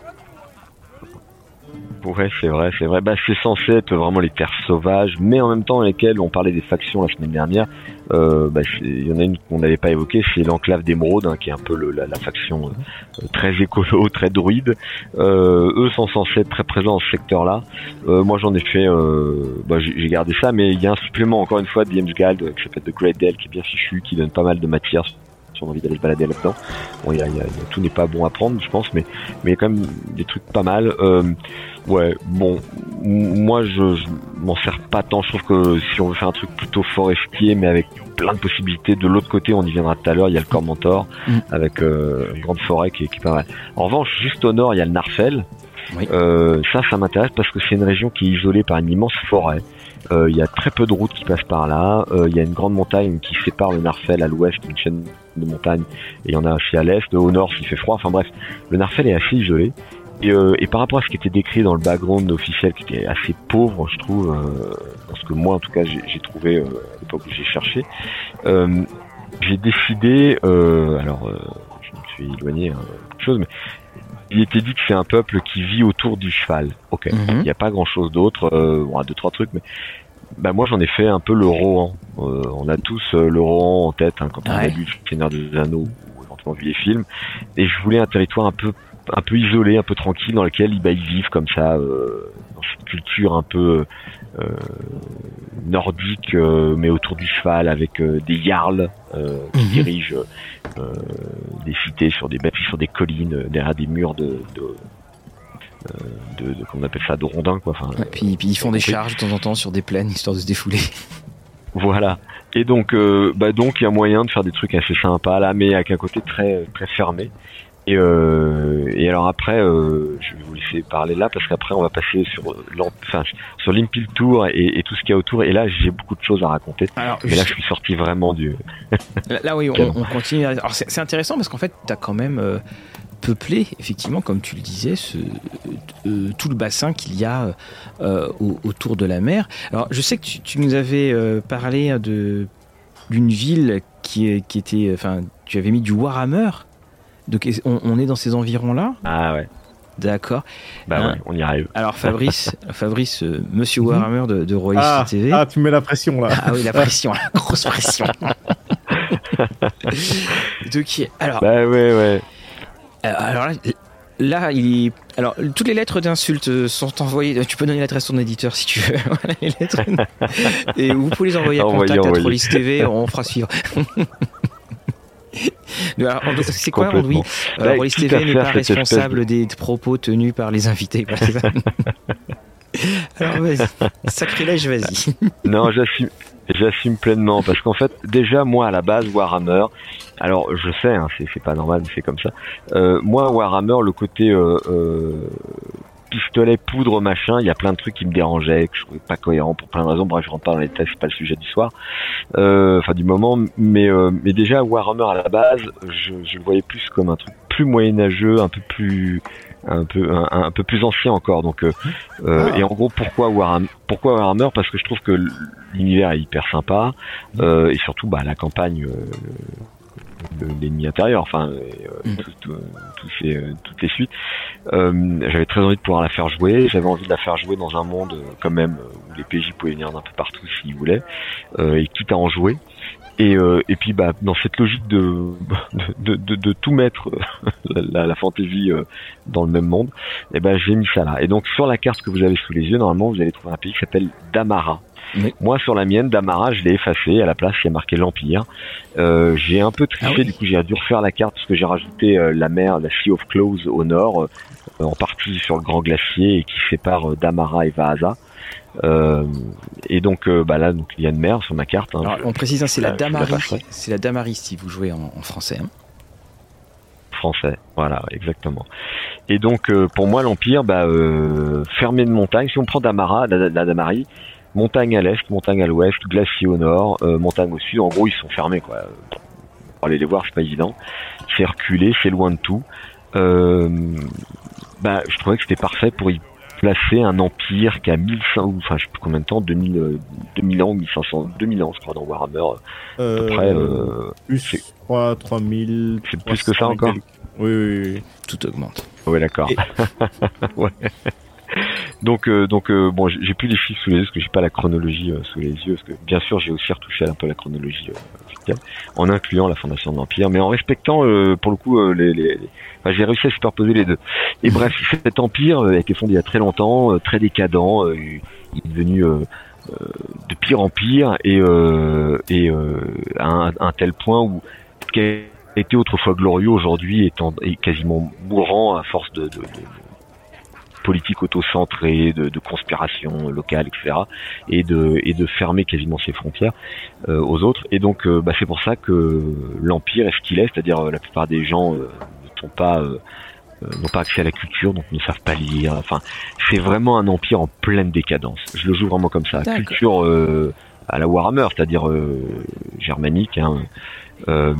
Ouais, c'est vrai, c'est vrai. Bah, c'est censé être vraiment les terres sauvages, mais en même temps dans lesquelles on parlait des factions la semaine dernière. Euh, bah, il y en a une qu'on n'avait pas évoquée, c'est l'enclave d'Émeraude, hein, qui est un peu le, la, la faction euh, très écolo, très druide. Euh, eux sont censés être très présents dans ce secteur-là. Euh, moi, j'en ai fait, euh, bah, j'ai, j'ai gardé ça, mais il y a un supplément encore une fois de Dimsgald euh, qui s'appelle The Great Dale, qui est bien fichu, qui donne pas mal de matière. Si on a envie d'aller se balader là-dedans. Bon, y a, y a, y a, tout n'est pas bon à prendre, je pense, mais mais il y a quand même des trucs pas mal. Euh, ouais, bon, moi je, je m'en sers pas tant. Je trouve que si on veut faire un truc plutôt forestier, mais avec plein de possibilités, de l'autre côté, on y viendra tout à l'heure. Il y a le Corps-Mentor mmh. avec euh, une grande forêt qui est, qui est pas mal. En revanche, juste au nord, il y a le Narfell. Oui. Euh, ça, ça m'intéresse parce que c'est une région qui est isolée par une immense forêt. Il euh, y a très peu de routes qui passent par là. Il euh, y a une grande montagne qui sépare le Narfell à l'ouest, une chaîne de montagnes, et il y en a aussi à l'est. Au nord, s'il fait froid. Enfin bref, le Narfell est assez isolé. Et, euh, et par rapport à ce qui était décrit dans le background officiel, qui était assez pauvre, je trouve, euh, parce que moi, en tout cas, j'ai, j'ai trouvé euh, à l'époque où j'ai cherché, euh, j'ai décidé, euh, alors, euh, je me suis éloigné hein, de chose, mais il était dit que c'est un peuple qui vit autour du cheval. Ok, il Mhm. n'y a pas grand-chose d'autre, euh, bon, deux trois trucs, mais bah moi j'en ai fait un peu le Rohan. Euh, on a tous euh, le Rohan en tête hein, quand on Ouais. a lu le Seigneur des Anneaux ou éventuellement vu les films. Et je voulais un territoire un peu un peu isolé, un peu tranquille, dans lequel bah, ils vivent comme ça, euh, dans cette culture un peu euh, nordique, euh, mais autour du cheval, avec euh, des jarls euh, qui Mhm. dirigent euh, des cités sur des bâtis, sur des collines, euh, derrière des murs de, de, euh, de, de comment on appelle ça, de rondins quoi. Enfin, Ouais, puis, puis ils font des oui. charges de temps en temps sur des plaines histoire de se défouler. Voilà. Et donc, euh, bah donc il y a moyen de faire des trucs assez sympas là, mais avec un côté très très fermé. Et, euh, et alors après, euh, je vais vous laisser parler là parce qu'après on va passer sur l'Em- enfin, sur l'Impel Tour et, et tout ce qu'il y a autour. Et là, j'ai beaucoup de choses à raconter. Alors, Mais là, je suis sorti vraiment du. Là, là, oui, on, Quel- on continue. Alors, c'est, c'est intéressant parce qu'en fait, tu as quand même euh, peuplé, effectivement, comme tu le disais, ce, euh, tout le bassin qu'il y a euh, au- autour de la mer. Alors, je sais que tu, tu nous avais euh, parlé de, d'une ville qui, est- qui était. Enfin, tu avais mis du Warhammer. Donc, est- on, on est dans ces environs-là. Ah ouais. D'accord. Bah Hein. ouais, on y arrive. Alors, Fabrice, Fabrice euh, Monsieur Mhm. Warhammer de, de Royal Ah, T V. ah, tu mets la pression là. Ah oui, la pression, la grosse pression. Donc, alors, Bah ouais, ouais. Euh, alors là, là, il est... alors toutes les lettres d'insultes sont envoyées. Tu peux donner l'adresse de ton éditeur si tu veux. Voilà, les lettres. Et vous pouvez les envoyer à Envoyez, contact à envoyez. Trollis T V. On fera suivre. Alors, Andou- c'est quoi, Complètement. Andouille Bah, euh, Rollis quitte T V à n'est faire pas cette espèce responsable des propos tenus par les invités. Voilà, c'est ça. Alors vas-y, sacrilège, vas-y. Non, j'assume, j'assume pleinement parce qu'en fait, déjà moi à la base Warhammer, alors je sais, hein, c'est, c'est pas normal, mais c'est comme ça. Euh, moi Warhammer, le côté euh, euh, pistolet, poudre, machin, il y a plein de trucs qui me dérangeaient, que je trouvais pas cohérent pour plein de raisons. Bref, je rentre pas dans les détails, c'est pas le sujet du soir, euh, enfin du moment. Mais euh, mais déjà Warhammer à la base, je, je le voyais plus comme un truc plus moyenâgeux, un peu plus un peu un, un peu plus ancien encore. Donc euh, euh, Ah. et en gros pourquoi Warhammer pourquoi Warhammer parce que je trouve que l'univers est hyper sympa euh, et surtout bah la campagne euh, de l'ennemi intérieur, enfin euh, Mm. tout, tout, tout ces, euh, toutes les suites. Euh, j'avais très envie de pouvoir la faire jouer, j'avais envie de la faire jouer dans un monde euh, quand même où les P J pouvaient venir d'un peu partout s'ils voulaient, euh, et quitte à en jouer. Et, euh, et puis bah dans cette logique de de, de, de tout mettre euh, la, la, la fantaisie euh, dans le même monde, et ben j'ai mis ça là. Et donc sur la carte que vous avez sous les yeux, normalement vous allez trouver un pays qui s'appelle Damara. Oui. Moi sur la mienne, Damara, je l'ai effacé. À la place, il y a marqué l'Empire. Euh, j'ai un peu triché, Ah oui. du coup j'ai dû refaire la carte parce que j'ai rajouté euh, la mer, la Sea of Clothes au nord, euh, en partie sur le grand glacier et qui sépare euh, Damara et Vaasa. Euh, et donc euh, bah là donc il y a une mer sur ma carte. Hein, Alors, je- on précise, hein, c'est la je la Damari. passerai. C'est la Damari si vous jouez en, en français. Hein. Français, voilà, exactement. Et donc, euh, pour moi, l'Empire, bah, euh, fermé de montagne. Si on prend Damara, la, la Damari, montagne à l'est, montagne à l'ouest, glacier au nord, euh, montagne au sud. En gros, ils sont fermés, quoi. Pour aller les voir, c'est pas évident. C'est reculé, c'est loin de tout. Euh, bah, je trouvais que c'était parfait pour y placer un empire qui a mille cinq cents, enfin, je sais plus combien de temps, deux mille, euh, deux mille ans, mille cinq cents, deux mille ans, je crois, dans Warhammer. À peu près, euh, plus c'est- trois, trois mille. c'est plus que ça encore. Oui, oui, oui. Tout augmente. Ouais, d'accord. Et- Ouais. Donc, euh, donc euh, bon, j'ai j'ai plus les chiffres sous les yeux parce que j'ai pas la chronologie euh, sous les yeux. Parce que bien sûr, j'ai aussi retouché un peu la chronologie euh, officielle, en incluant la fondation de l'Empire, mais en respectant euh, pour le coup euh, les. les, les... Enfin, j'ai réussi à superposer les deux. Et bref, cet empire euh, a été fondé il y a très longtemps, euh, très décadent. Euh, il est devenu euh, euh, de pire en pire et euh, et euh, à un, à un tel point où ce qui a été autrefois glorieux aujourd'hui est, en- est quasiment mourant à force de, de, de politique auto-centrée, de, de conspiration locale, et cetera, et de et de fermer quasiment ses frontières euh, aux autres. Et donc, euh, bah, c'est pour ça que l'empire est ce qu'il est, c'est-à-dire euh, la plupart des gens euh, ne sont pas euh, euh, n'ont pas accès à la culture, donc ne savent pas lire. Enfin, c'est vraiment un empire en pleine décadence. Je le joue vraiment comme ça. D'accord. Culture euh, à la Warhammer, c'est-à-dire euh, germanique. Hein, euh,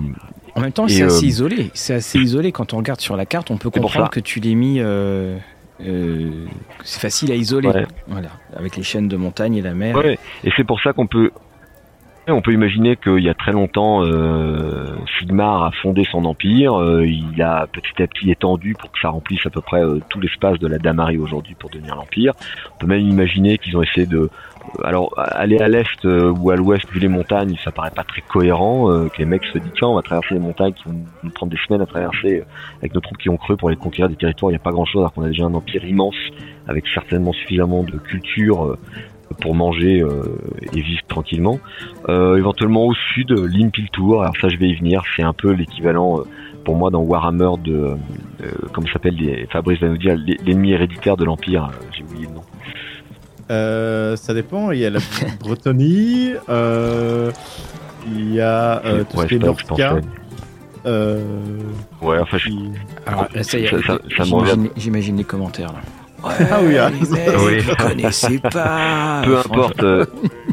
En même temps, c'est assez euh, isolé. C'est assez isolé quand on regarde sur la carte. On peut comprendre que tu l'aies mis. Euh, euh, c'est facile à isoler. Ouais. Voilà, avec les chaînes de montagne et la mer. Ouais. Et c'est pour ça qu'on peut. On peut imaginer qu'il y a très longtemps, euh, Sigmar a fondé son empire. Euh, il a petit à petit étendu pour que ça remplisse à peu près euh, tout l'espace de la Damarie aujourd'hui pour devenir l'empire. On peut même imaginer qu'ils ont essayé de... Alors, aller à l'est euh, ou à l'ouest, vu les montagnes, ça paraît pas très cohérent. Euh, que les mecs se disent, tiens, on va traverser les montagnes qui vont nous prendre des semaines à traverser euh, avec nos troupes qui ont creux pour aller conquérir des territoires. Il n'y a pas grand-chose, alors qu'on a déjà un empire immense avec certainement suffisamment de culture euh, pour manger euh, et vivre tranquillement. Euh, éventuellement au sud, l'Impiltour, alors ça je vais y venir, c'est un peu l'équivalent euh, pour moi dans Warhammer de, euh, comment ça s'appelle, les, Fabrice va nous dire, l'ennemi héréditaire de l'Empire, euh, j'ai oublié le nom. Euh, ça dépend, il y a la Bretonie, euh, il y a euh, tout ouais, ce qui est Norska. Euh, ouais, enfin je... Alors, là, ça y est, ça, ça, ça j'imagine, j'imagine les commentaires là. Ouais, ah oui, ah. Les mecs, oui. Vous connaissez pas. Peu importe. Euh...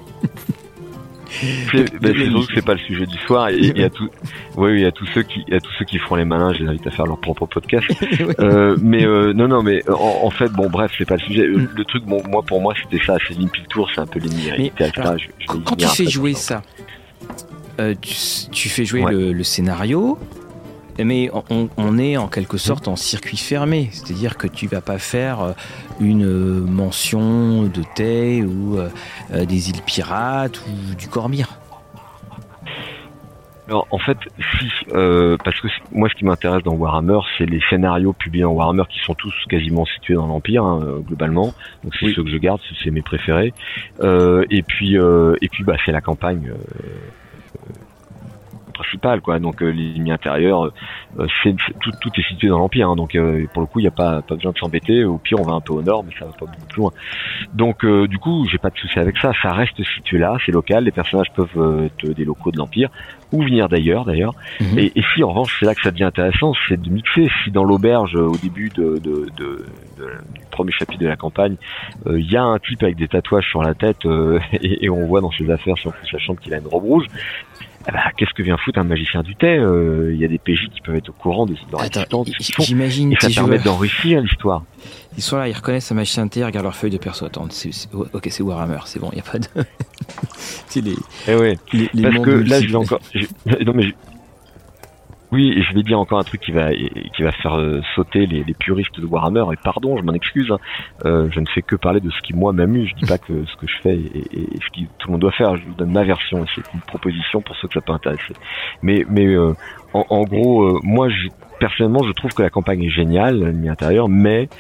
c'est, bah, c'est surtout que c'est pas le sujet du soir. Et il y a tout, oui, il y a tous ceux qui, il y a tous ceux qui feront les malins. Je les invite à faire leur propre podcast. oui. euh, mais euh, non, non, mais en, en fait, bon, bref, c'est pas le sujet. Mm. Le truc, bon, moi, pour moi, c'était ça. C'est l'Impiltour, c'est un peu l'ennemi héréditaire. Je, je quand tu fais jouer ça, euh, tu, tu fais jouer ouais. le, le scénario. Mais on, on est en quelque sorte en circuit fermé, c'est-à-dire que tu vas pas faire une mention de Tay ou euh, des îles pirates ou du Cormyr. Alors en fait, si, euh, parce que moi ce qui m'intéresse dans Warhammer, c'est les scénarios publiés en Warhammer qui sont tous quasiment situés dans l'Empire hein, globalement. Donc c'est oui. ceux que je garde, c'est mes préférés. Euh, et puis euh, et puis bah c'est la campagne. Euh, principal quoi, donc euh, l'ennemi intérieur euh, c'est, c'est tout, tout est situé dans l'Empire hein, donc euh, pour le coup il n'y a pas, pas besoin de s'embêter, au pire on va un peu au nord mais ça va pas beaucoup plus loin, donc euh, du coup j'ai pas de souci avec ça, ça reste situé là, c'est local, les personnages peuvent euh, être des locaux de l'Empire ou venir d'ailleurs d'ailleurs mmh. et, et si en revanche c'est là que ça devient intéressant, c'est de mixer. Si dans l'auberge au début de, de, de, de du premier chapitre de la campagne il euh, y a un type avec des tatouages sur la tête euh, et, et on voit dans ses affaires si on pousse la chambre qu'il a une robe rouge, eh ben, qu'est-ce que vient foutre un magicien du thé? Il euh, y a des P J qui peuvent être au courant de leur existence, de ce qu'ils font. J'imagine et ça permet joueurs... d'enrichir l'histoire. Ils sont là, ils reconnaissent un magicien de thé, ils regardent leur feuille de perso. Attends, c'est, c'est, ok, c'est Warhammer, c'est bon, il n'y a pas de... c'est les, eh ouais, les, les parce que là, je vais encore... Je... Non, mais je... Oui, et je vais dire encore un truc qui va qui va faire euh, sauter les, les puristes de Warhammer, et pardon, je m'en excuse, hein. euh, je ne fais que parler de ce qui moi m'amuse, je dis pas que ce que je fais est, est, est ce que tout le monde doit faire, je vous donne ma version, c'est une proposition pour ceux que ça peut intéresser. Mais mais euh, en, en gros, euh, moi je, personnellement je trouve que la campagne est géniale, l'ennemi intérieur, mais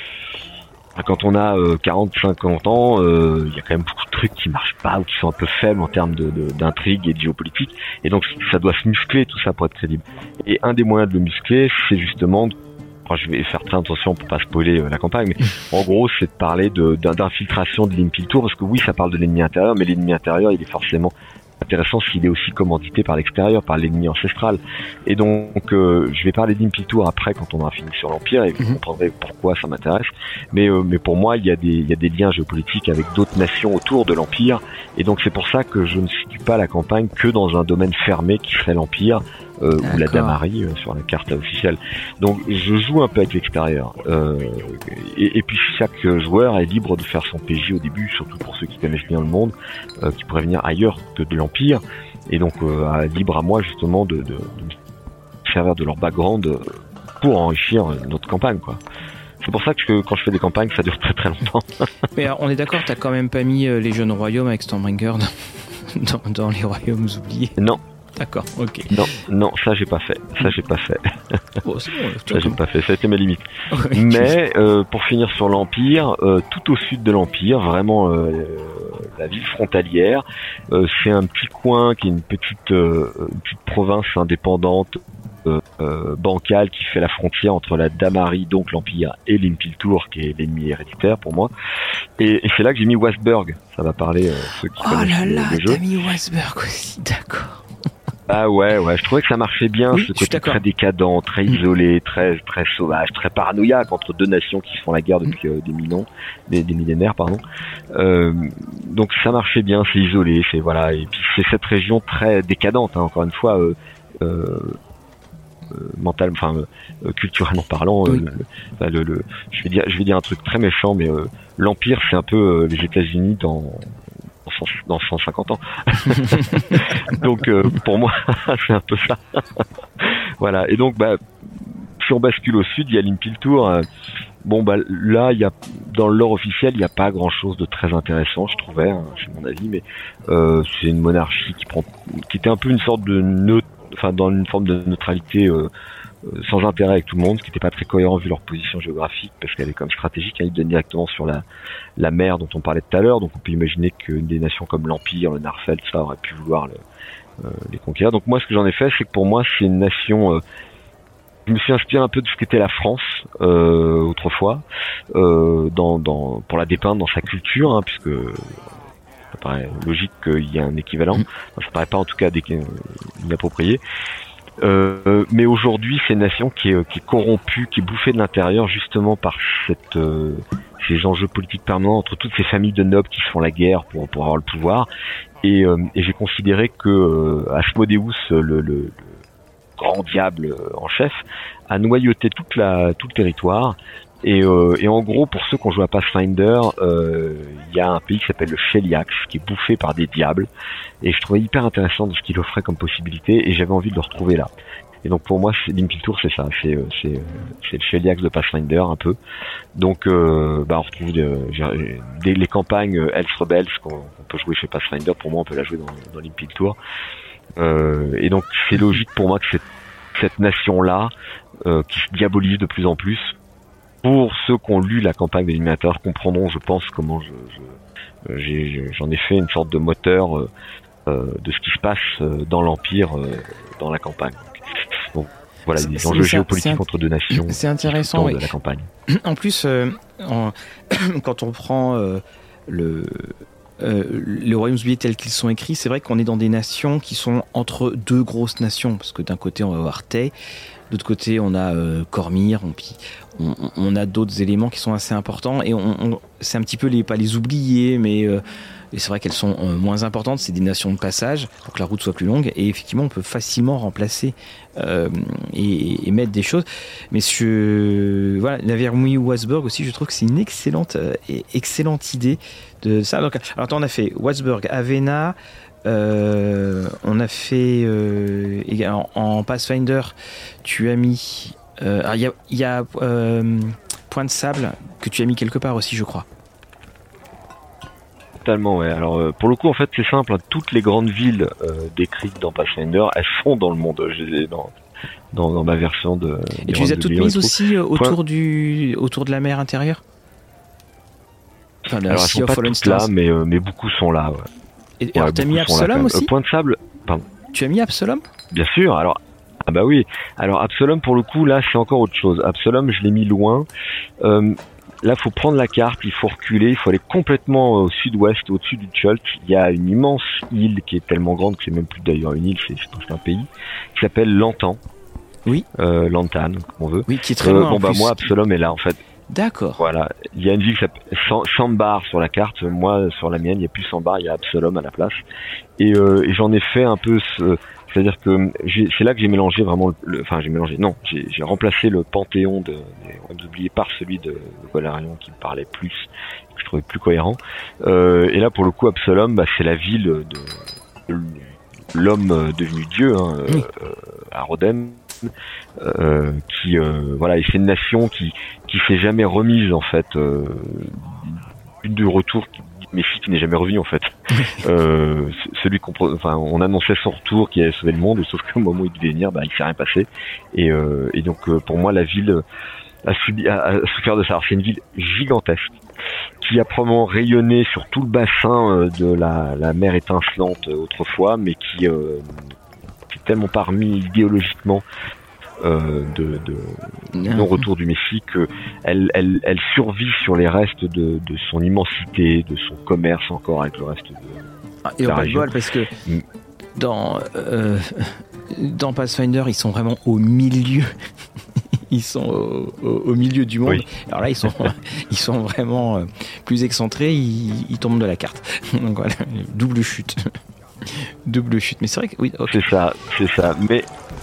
quand on a euh, quarante cinquante ans, il euh, y a quand même beaucoup de trucs qui marchent pas ou qui sont un peu faibles en termes de, de, d'intrigue et de géopolitique. Et donc ça doit se muscler tout ça pour être crédible. Et un des moyens de le muscler, c'est justement... Enfin, je vais faire très attention pour pas spoiler euh, la campagne, mais en gros c'est de parler de, d'infiltration de l'Impiltour, parce que oui ça parle de l'ennemi intérieur, mais l'ennemi intérieur il est forcément intéressant s'il est aussi commandité par l'extérieur, par l'ennemi ancestral. Et donc, euh, je vais parler d'Impiltour après quand on aura fini sur l'Empire et vous mm-hmm. comprendrez pourquoi ça m'intéresse. Mais, euh, mais pour moi, il y a des, il y a des liens géopolitiques avec d'autres nations autour de l'Empire. Et donc, c'est pour ça que je ne situe pas la campagne que dans un domaine fermé qui serait l'Empire. Euh, ou la Damarie euh, sur la carte officielle. Donc je joue un peu avec l'extérieur. Euh, et, et puis chaque joueur est libre de faire son P J au début, surtout pour ceux qui connaissent bien le monde, euh, qui pourraient venir ailleurs que de l'Empire. Et donc euh, libre à moi justement de, de, de me servir de leur background pour enrichir notre campagne, quoi. C'est pour ça que quand je fais des campagnes, ça dure très très longtemps. Mais alors, on est d'accord, t'as quand même pas mis euh, les jeunes royaumes avec Stormbringer dans, dans les royaumes oubliés? Non. D'accord, ok. Non, non, ça j'ai pas fait. Ça j'ai pas fait. Oh, c'est bon, ça j'ai comme... pas fait. Ça a été ma limite. Okay. Mais euh, pour finir sur l'Empire, euh, tout au sud de l'Empire, vraiment euh, la ville frontalière, euh, c'est un petit coin qui est une petite, euh, une petite province indépendante. Euh, euh, bancale qui fait la frontière entre la Damarie, donc l'Empire, et l'Impiltour, qui est l'ennemi héréditaire pour moi. Et, et c'est là que j'ai mis Wasburg. Ça va parler euh, ceux qui oh connaissent là là, le jeu. T'as mis Wasburg aussi, d'accord. Ah ouais, ouais, je trouvais que ça marchait bien, oui, ce côté très décadent, très isolé, très très sauvage, très paranoïaque entre deux nations qui se font la guerre depuis euh, des millénaires, des, des millénaires, pardon. Euh, donc ça marchait bien, c'est isolé, c'est voilà, et puis c'est cette région très décadente, hein, encore une fois. Euh, euh, mental, enfin euh, culturellement parlant, oui. euh, le, le, le, je vais dire, je vais dire un truc très méchant, mais euh, l'Empire, c'est un peu euh, les États-Unis dans dans cent cinquante ans. Donc euh, pour moi, c'est un peu ça. Voilà. Et donc, bah, si on bascule au sud, il y a l'Impiltour. Euh, bon, bah là, il y a dans le lore officiel, il n'y a pas grand-chose de très intéressant, je trouvais, hein, c'est mon avis, mais euh, c'est une monarchie qui prend, qui était un peu une sorte de neutre, enfin dans une forme de neutralité. Euh, sans intérêt avec tout le monde, ce qui n'était pas très cohérent vu leur position géographique, parce qu'elle est comme stratégique, hein, ils donnent directement sur la, la mer dont on parlait tout à l'heure, donc on peut imaginer que des nations comme l'Empire, le Narfeld, ça aurait pu vouloir le, euh, les conquérir. Donc moi, ce que j'en ai fait, c'est que pour moi, c'est une nation... Euh, je me suis inspiré un peu de ce qu'était la France euh, autrefois, euh, dans, dans, pour la dépeindre dans sa culture, hein, puisque ça paraît logique qu'il y ait un équivalent, enfin, ça paraît pas en tout cas inapproprié. Euh, mais aujourd'hui, c'est une nation qui est, qui est corrompue, qui est bouffée de l'intérieur justement par cette, euh, ces enjeux politiques permanents entre toutes ces familles de nobles qui se font la guerre pour, pour avoir le pouvoir. Et, euh, et j'ai considéré que euh, Asmodeus, le, le, le grand diable en chef, a noyauté toute la, tout le territoire. Et, euh, et en gros, pour ceux qui ont joué à Pathfinder, il euh, y a un pays qui s'appelle le Sheliax, qui est bouffé par des diables. Et je trouvais hyper intéressant de ce qu'il offrait comme possibilité, et j'avais envie de le retrouver là. Et donc pour moi, l'Impiltour, c'est ça, c'est c'est c'est le Sheliax de Pathfinder un peu. Donc euh, bah on retrouve de, des, les campagnes Hells Rebels qu'on on peut jouer chez Pathfinder. Pour moi, on peut la jouer dans, dans l'Impiltour. Euh, et donc c'est logique pour moi que cette cette nation-là, euh, qui se diabolise de plus en plus. Pour ceux qui ont lu la campagne d'Eliminator, comprendront, je pense, comment je, je, j'ai, j'en ai fait une sorte de moteur euh, euh, de ce qui se passe euh, dans l'Empire, euh, dans la campagne. Donc, voilà, c'est, des enjeux géopolitiques entre deux nations. C'est intéressant, oui. De la campagne. En plus, euh, en, quand on prend euh, le... Euh, les Royaumes-Unis tels qu'ils sont écrits, c'est vrai qu'on est dans des nations qui sont entre deux grosses nations, parce que d'un côté on va avoir Tay, de l'autre côté on a euh, Cormyr, on, on, on a d'autres éléments qui sont assez importants, et on, on, c'est un petit peu les, pas les oublier, mais euh, et c'est vrai qu'elles sont euh, moins importantes, c'est des nations de passage pour que la route soit plus longue, et effectivement on peut facilement remplacer euh, et, et mettre des choses. Mais je, voilà, la Vermouille ou Wasburg aussi, je trouve que c'est une excellente, euh, excellente idée de ça. Donc, alors attends, on a fait Wasburg, Avena, euh, on a fait euh, en, en Pathfinder, tu as mis, il euh, y a, y a euh, Point de Sable que tu as mis quelque part aussi, je crois. Totalement, ouais. Alors euh, pour le coup, en fait, c'est simple. Hein. Toutes les grandes villes euh, décrites dans Pathfinder, elles sont dans le monde. Je les ai dans, dans, dans ma version de. Et tu les as toutes mises aussi euh, autour du, autour de la mer intérieure. Enfin, alors elles sont pas toutes là, mais euh, mais beaucoup sont là. Ouais. Et, et ouais, alors t'as mis Absalom aussi. Euh, Point de Sable. Pardon. Tu as mis Absalom ? Bien sûr. Alors. Ah bah oui. Alors Absalom, pour le coup, là, c'est encore autre chose. Absalom, je l'ai mis loin. Euh, Là, faut prendre la carte, il faut reculer, il faut aller complètement au sud-ouest, au-dessus du Chult. Il y a une immense île qui est tellement grande que c'est même plus d'ailleurs une île, c'est, c'est presque un pays, qui s'appelle Lantan. Oui. Euh, Lantan, comme on veut. Oui, qui est très loin. Euh, bon bah moi, Absalom est là en fait. D'accord. Voilà. Il y a une ville qui s'appelle Sambar sur la carte. Moi, sur la mienne, il n'y a plus Sambar, il y a Absalom à la place. Et, euh, et j'en ai fait un peu ce... C'est-à-dire que j'ai, c'est là que j'ai mélangé vraiment, le, enfin j'ai mélangé, non, j'ai, j'ai remplacé le panthéon de, des oubliés par celui de, de Golarion qui me parlait plus, que je trouvais plus cohérent. Euh, et là pour le coup Absalom, bah, c'est la ville de, de l'homme devenu dieu, hein, oui. euh, à Rodem, euh, qui, euh, voilà, et c'est une nation qui qui s'est jamais remise en fait, euh, du retour. Messi qui n'est jamais revenu en fait. euh, celui qu'on, enfin, on annonçait son retour qui allait sauver le monde, sauf qu'au moment où il devait venir, bah, il s'est rien passé. Et, euh, et donc euh, pour moi, la ville a, subi, a, a souffert de ça. Alors, c'est une ville gigantesque qui a probablement rayonné sur tout le bassin euh, de la, la mer étincelante euh, autrefois, mais qui, euh, qui est tellement parmi idéologiquement. Euh, de, de non-retour du Messie, que elle, elle, elle survit sur les restes de, de son immensité, de son commerce encore avec le reste de, ah, et de on la va région. Bol parce que mm. dans euh, dans Pathfinder, ils sont vraiment au milieu. Ils sont au, au, au milieu du monde. Oui. Alors là, ils sont, ils sont vraiment plus excentrés. Ils, ils tombent de la carte. Donc voilà, double chute, double chute. Mais c'est vrai que oui. Okay. C'est ça, c'est ça. Mais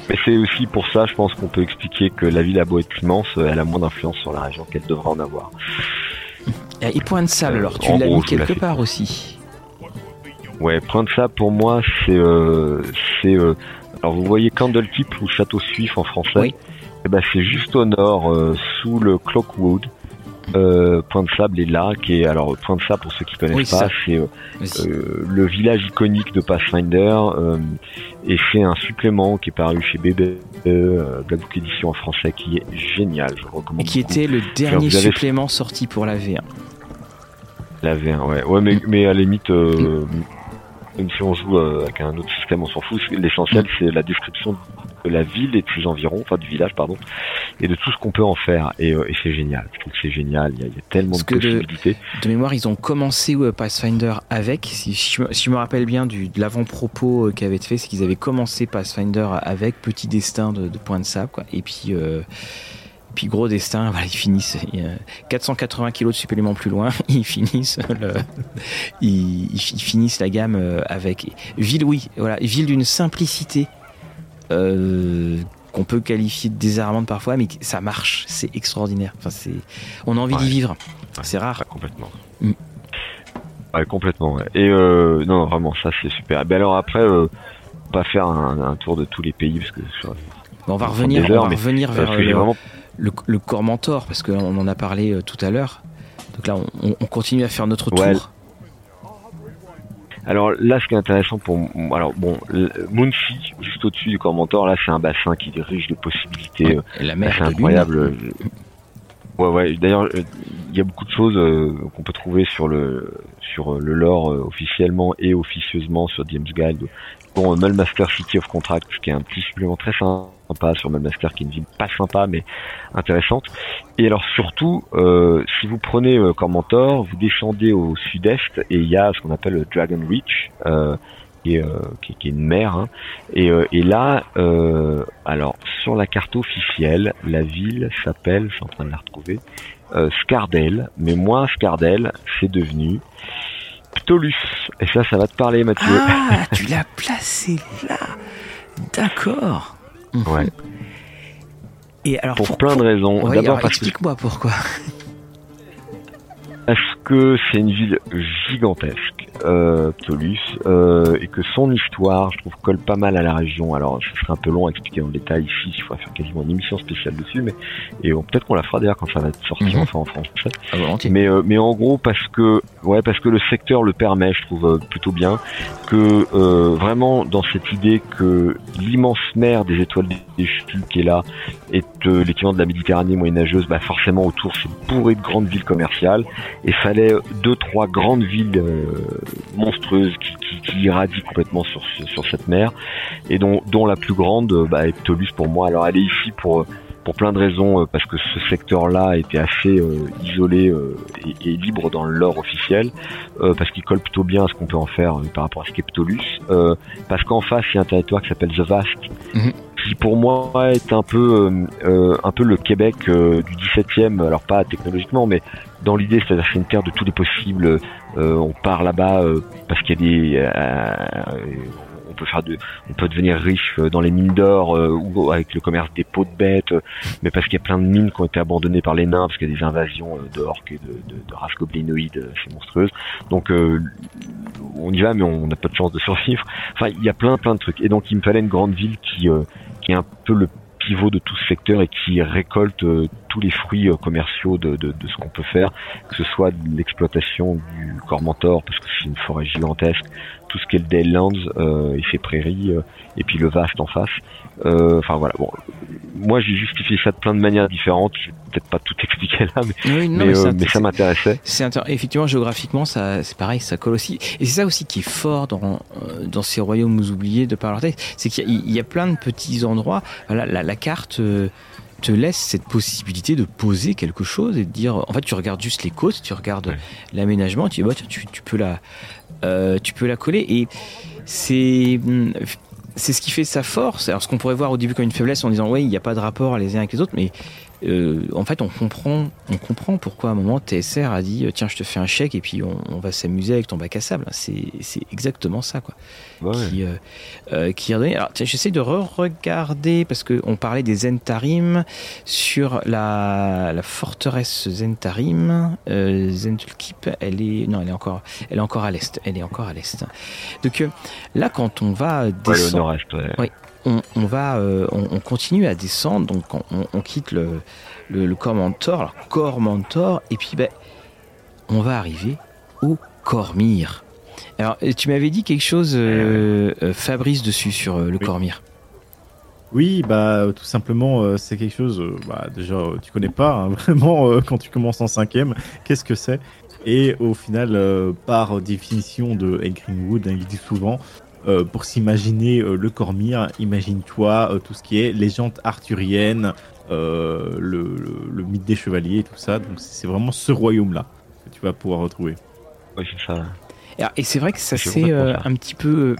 Mais c'est aussi pour ça, je pense qu'on peut expliquer que la ville a beau être immense, elle a moins d'influence sur la région qu'elle devrait en avoir. Et Point de Sable, euh, alors tu l'as mis quelque part aussi. Ouais, Point de Sable pour moi c'est euh, c'est euh, alors vous voyez Candlekeep ou Château Suif en français. Oui. Et ben c'est juste au nord, euh, sous le Clockwood. Euh, Point de Sable est là, qui est alors Point de Sable pour ceux qui connaissent oui, pas, c'est euh, euh, le village iconique de Pathfinder euh, et c'est un supplément qui est paru chez B B E, euh, Black Book Edition en français, qui est génial. Je recommande. Et qui beaucoup. était le dernier avez... supplément sorti pour la V un. La V un, ouais, ouais, mais mm. mais à la limite, euh, mm. même si on joue euh, avec un autre système, on s'en fout. L'essentiel, mm. c'est la description de la ville et de ses environs, enfin du village, pardon, et de tout ce qu'on peut en faire. Et, euh, et c'est génial. Je trouve que c'est génial. Il y a, il y a tellement Parce de possibilités. De, de mémoire, ils ont commencé ouais, Pathfinder avec, si, si, je, si je me rappelle bien du, de l'avant-propos qu'ils avaient fait, c'est qu'ils avaient commencé Pathfinder avec Petit Destin de, de Point de Sable, quoi. Et puis, euh, puis Gros Destin, voilà, ils finissent euh, quatre cent quatre-vingts kilos de supplément plus loin, ils finissent le, ils, ils finissent la gamme avec Ville, oui, voilà, Ville d'une simplicité. Euh, qu'on peut qualifier de désarmante parfois, mais ça marche, c'est extraordinaire. Enfin, c'est, on a envie ouais. d'y vivre. Ouais. C'est rare. Ouais, complètement. Mm. Ouais, complètement. Ouais. Et euh, non, vraiment, ça c'est super. Ben alors après, euh, on va faire un, un tour de tous les pays parce que sur, bon, on va revenir, heures, on va revenir vers le, vraiment... le, le Corps Mentor parce qu'on en a parlé euh, tout à l'heure. Donc là, on, on continue à faire notre tour. Ouais. Alors là, ce qui est intéressant pour, alors bon, Moonfee, juste au-dessus du Corps Mentor, là, c'est un bassin qui est riche de possibilités. Ouais, la mer c'est incroyable. Ouais, ouais. D'ailleurs, il y a beaucoup de choses euh, qu'on peut trouver sur le sur le lore euh, officiellement et officieusement sur D M's Guide. Bon, Mulmaster City of Contract, qui est un petit supplément très sympa sur Mulmaster, qui est une ville pas sympa mais intéressante. Et alors surtout, euh, si vous prenez euh, Corps Mentor, vous descendez au sud-est et il y a ce qu'on appelle le Dragon Reach, euh, qui, est, euh, qui, qui est une mer. Hein. Et, euh, et là, euh, alors sur la carte officielle, la ville s'appelle, je suis en train de la retrouver, euh, Scardale. Mais moi, Scardale, c'est devenu Ptolus. Et ça, ça va te parler, Mathieu. Ah, tu l'as placé là. D'accord. Ouais. Et alors, pour, pour plein de raisons. Ouais, D'abord alors, parce explique-moi que... pourquoi. Parce que c'est une ville gigantesque, euh, Ptolus, euh, et que son histoire, je trouve, colle pas mal à la région. Alors, ce serait un peu long à expliquer en détail ici, il faudrait faire quasiment une émission spéciale dessus, mais et bon, peut-être qu'on la fera d'ailleurs quand ça va être sorti mm-hmm. enfin en français. Ah, volontiers. Mais euh, mais en gros parce que ouais parce que le secteur le permet, je trouve euh, plutôt bien, que euh, vraiment dans cette idée que l'immense mer des étoiles déchues qui est là est euh, l'équivalent de la Méditerranée moyenâgeuse, bah forcément autour c'est bourré de grandes villes commerciales. Et fallait deux, trois grandes villes euh, monstrueuses qui, qui, qui irradient complètement sur, sur cette mer, et dont, dont la plus grande bah, est Ptolus pour moi. Alors elle est ici pour pour plein de raisons, euh, parce que ce secteur-là était assez euh, isolé euh, et, et libre dans le lore officiel, euh, parce qu'il colle plutôt bien à ce qu'on peut en faire euh, par rapport à ce qu'est Ptolus, euh, parce qu'en face il y a un territoire qui s'appelle The Vast, mm-hmm. qui pour moi est un peu euh, un peu le Québec euh, du dix-septième, alors pas technologiquement, mais dans l'idée, c'est-à-dire que c'est une terre de tous les possibles. Euh, on part là-bas euh, parce qu'il y a des, euh, on peut faire de, on peut devenir riche dans les mines d'or euh, ou avec le commerce des peaux de bêtes, euh, mais parce qu'il y a plein de mines qui ont été abandonnées par les nains parce qu'il y a des invasions euh, de orques et de, de, de races goblinoïdes, euh, c'est monstrueuse. Donc euh, on y va, mais on n'a pas de chance de survivre. Enfin, il y a plein, plein de trucs. Et donc il me fallait une grande ville qui, euh, qui est un peu le pivot de tout ce secteur et qui récolte euh, tous les fruits euh, commerciaux de, de, de ce qu'on peut faire, que ce soit de l'exploitation du Corps Mentor, parce que c'est une forêt gigantesque, tout ce qui est le Dalelands euh, et ses prairies, euh, et puis le Vast en face. Euh, enfin voilà, bon, moi j'ai justifié ça de plein de manières différentes, je vais peut-être pas tout expliquer là, mais, oui, non, mais, mais, euh, mais ça m'intéressait. C'est inter... Effectivement, géographiquement, ça, c'est pareil, ça colle aussi. Et c'est ça aussi qui est fort dans, dans ces royaumes oubliés de par leur texte, c'est qu'il y a, il y a plein de petits endroits. Voilà, la, la carte euh, te laisse cette possibilité de poser quelque chose et de dire, en fait, tu regardes juste les côtes, tu regardes ouais. l'aménagement, tu dis, bah, tiens, tu, tu peux la, euh, tu peux la coller. Et c'est c'est ce qui fait sa force. Alors ce qu'on pourrait voir au début comme une faiblesse en disant oui, il n'y a pas de rapport les uns avec les autres, mais euh, en fait on comprend, on comprend pourquoi à un moment T S R a dit tiens je te fais un chèque et puis on, on va s'amuser avec ton bac à sable. C'est, c'est exactement ça quoi. Ouais. Qui, euh, euh, qui redonne. Alors tiens, j'essaie de re-regarder parce qu'on parlait des Zentarim sur la, la forteresse Zentarim. Euh, Zentulkip, elle est non, elle est encore, elle est encore à l'est. Elle est encore à l'est. Donc euh, là, quand on va descendre, ouais, le nord-est, ouais. Oui, on, on va, euh, on, on continue à descendre. Donc on, on quitte le, le, le Corps Mentor, alors Corps Mentor, et puis ben, on va arriver au Cormyr. Alors, tu m'avais dit quelque chose, euh, euh, Fabrice, dessus, sur euh, le oui. Cormyr. Oui, bah, tout simplement, euh, c'est quelque chose, euh, bah, déjà, euh, tu connais pas, hein, vraiment, euh, quand tu commences en cinquième, qu'est-ce que c'est ? Et au final, euh, par définition de Ed Greenwood, hein, il dit souvent, euh, pour s'imaginer euh, le Cormyr, imagine-toi euh, tout ce qui est légende arthurienne, euh, le, le, le mythe des chevaliers et tout ça. Donc, c'est vraiment ce royaume-là que tu vas pouvoir retrouver. Oui, c'est ça. Et c'est vrai que ça c'est euh, un petit peu.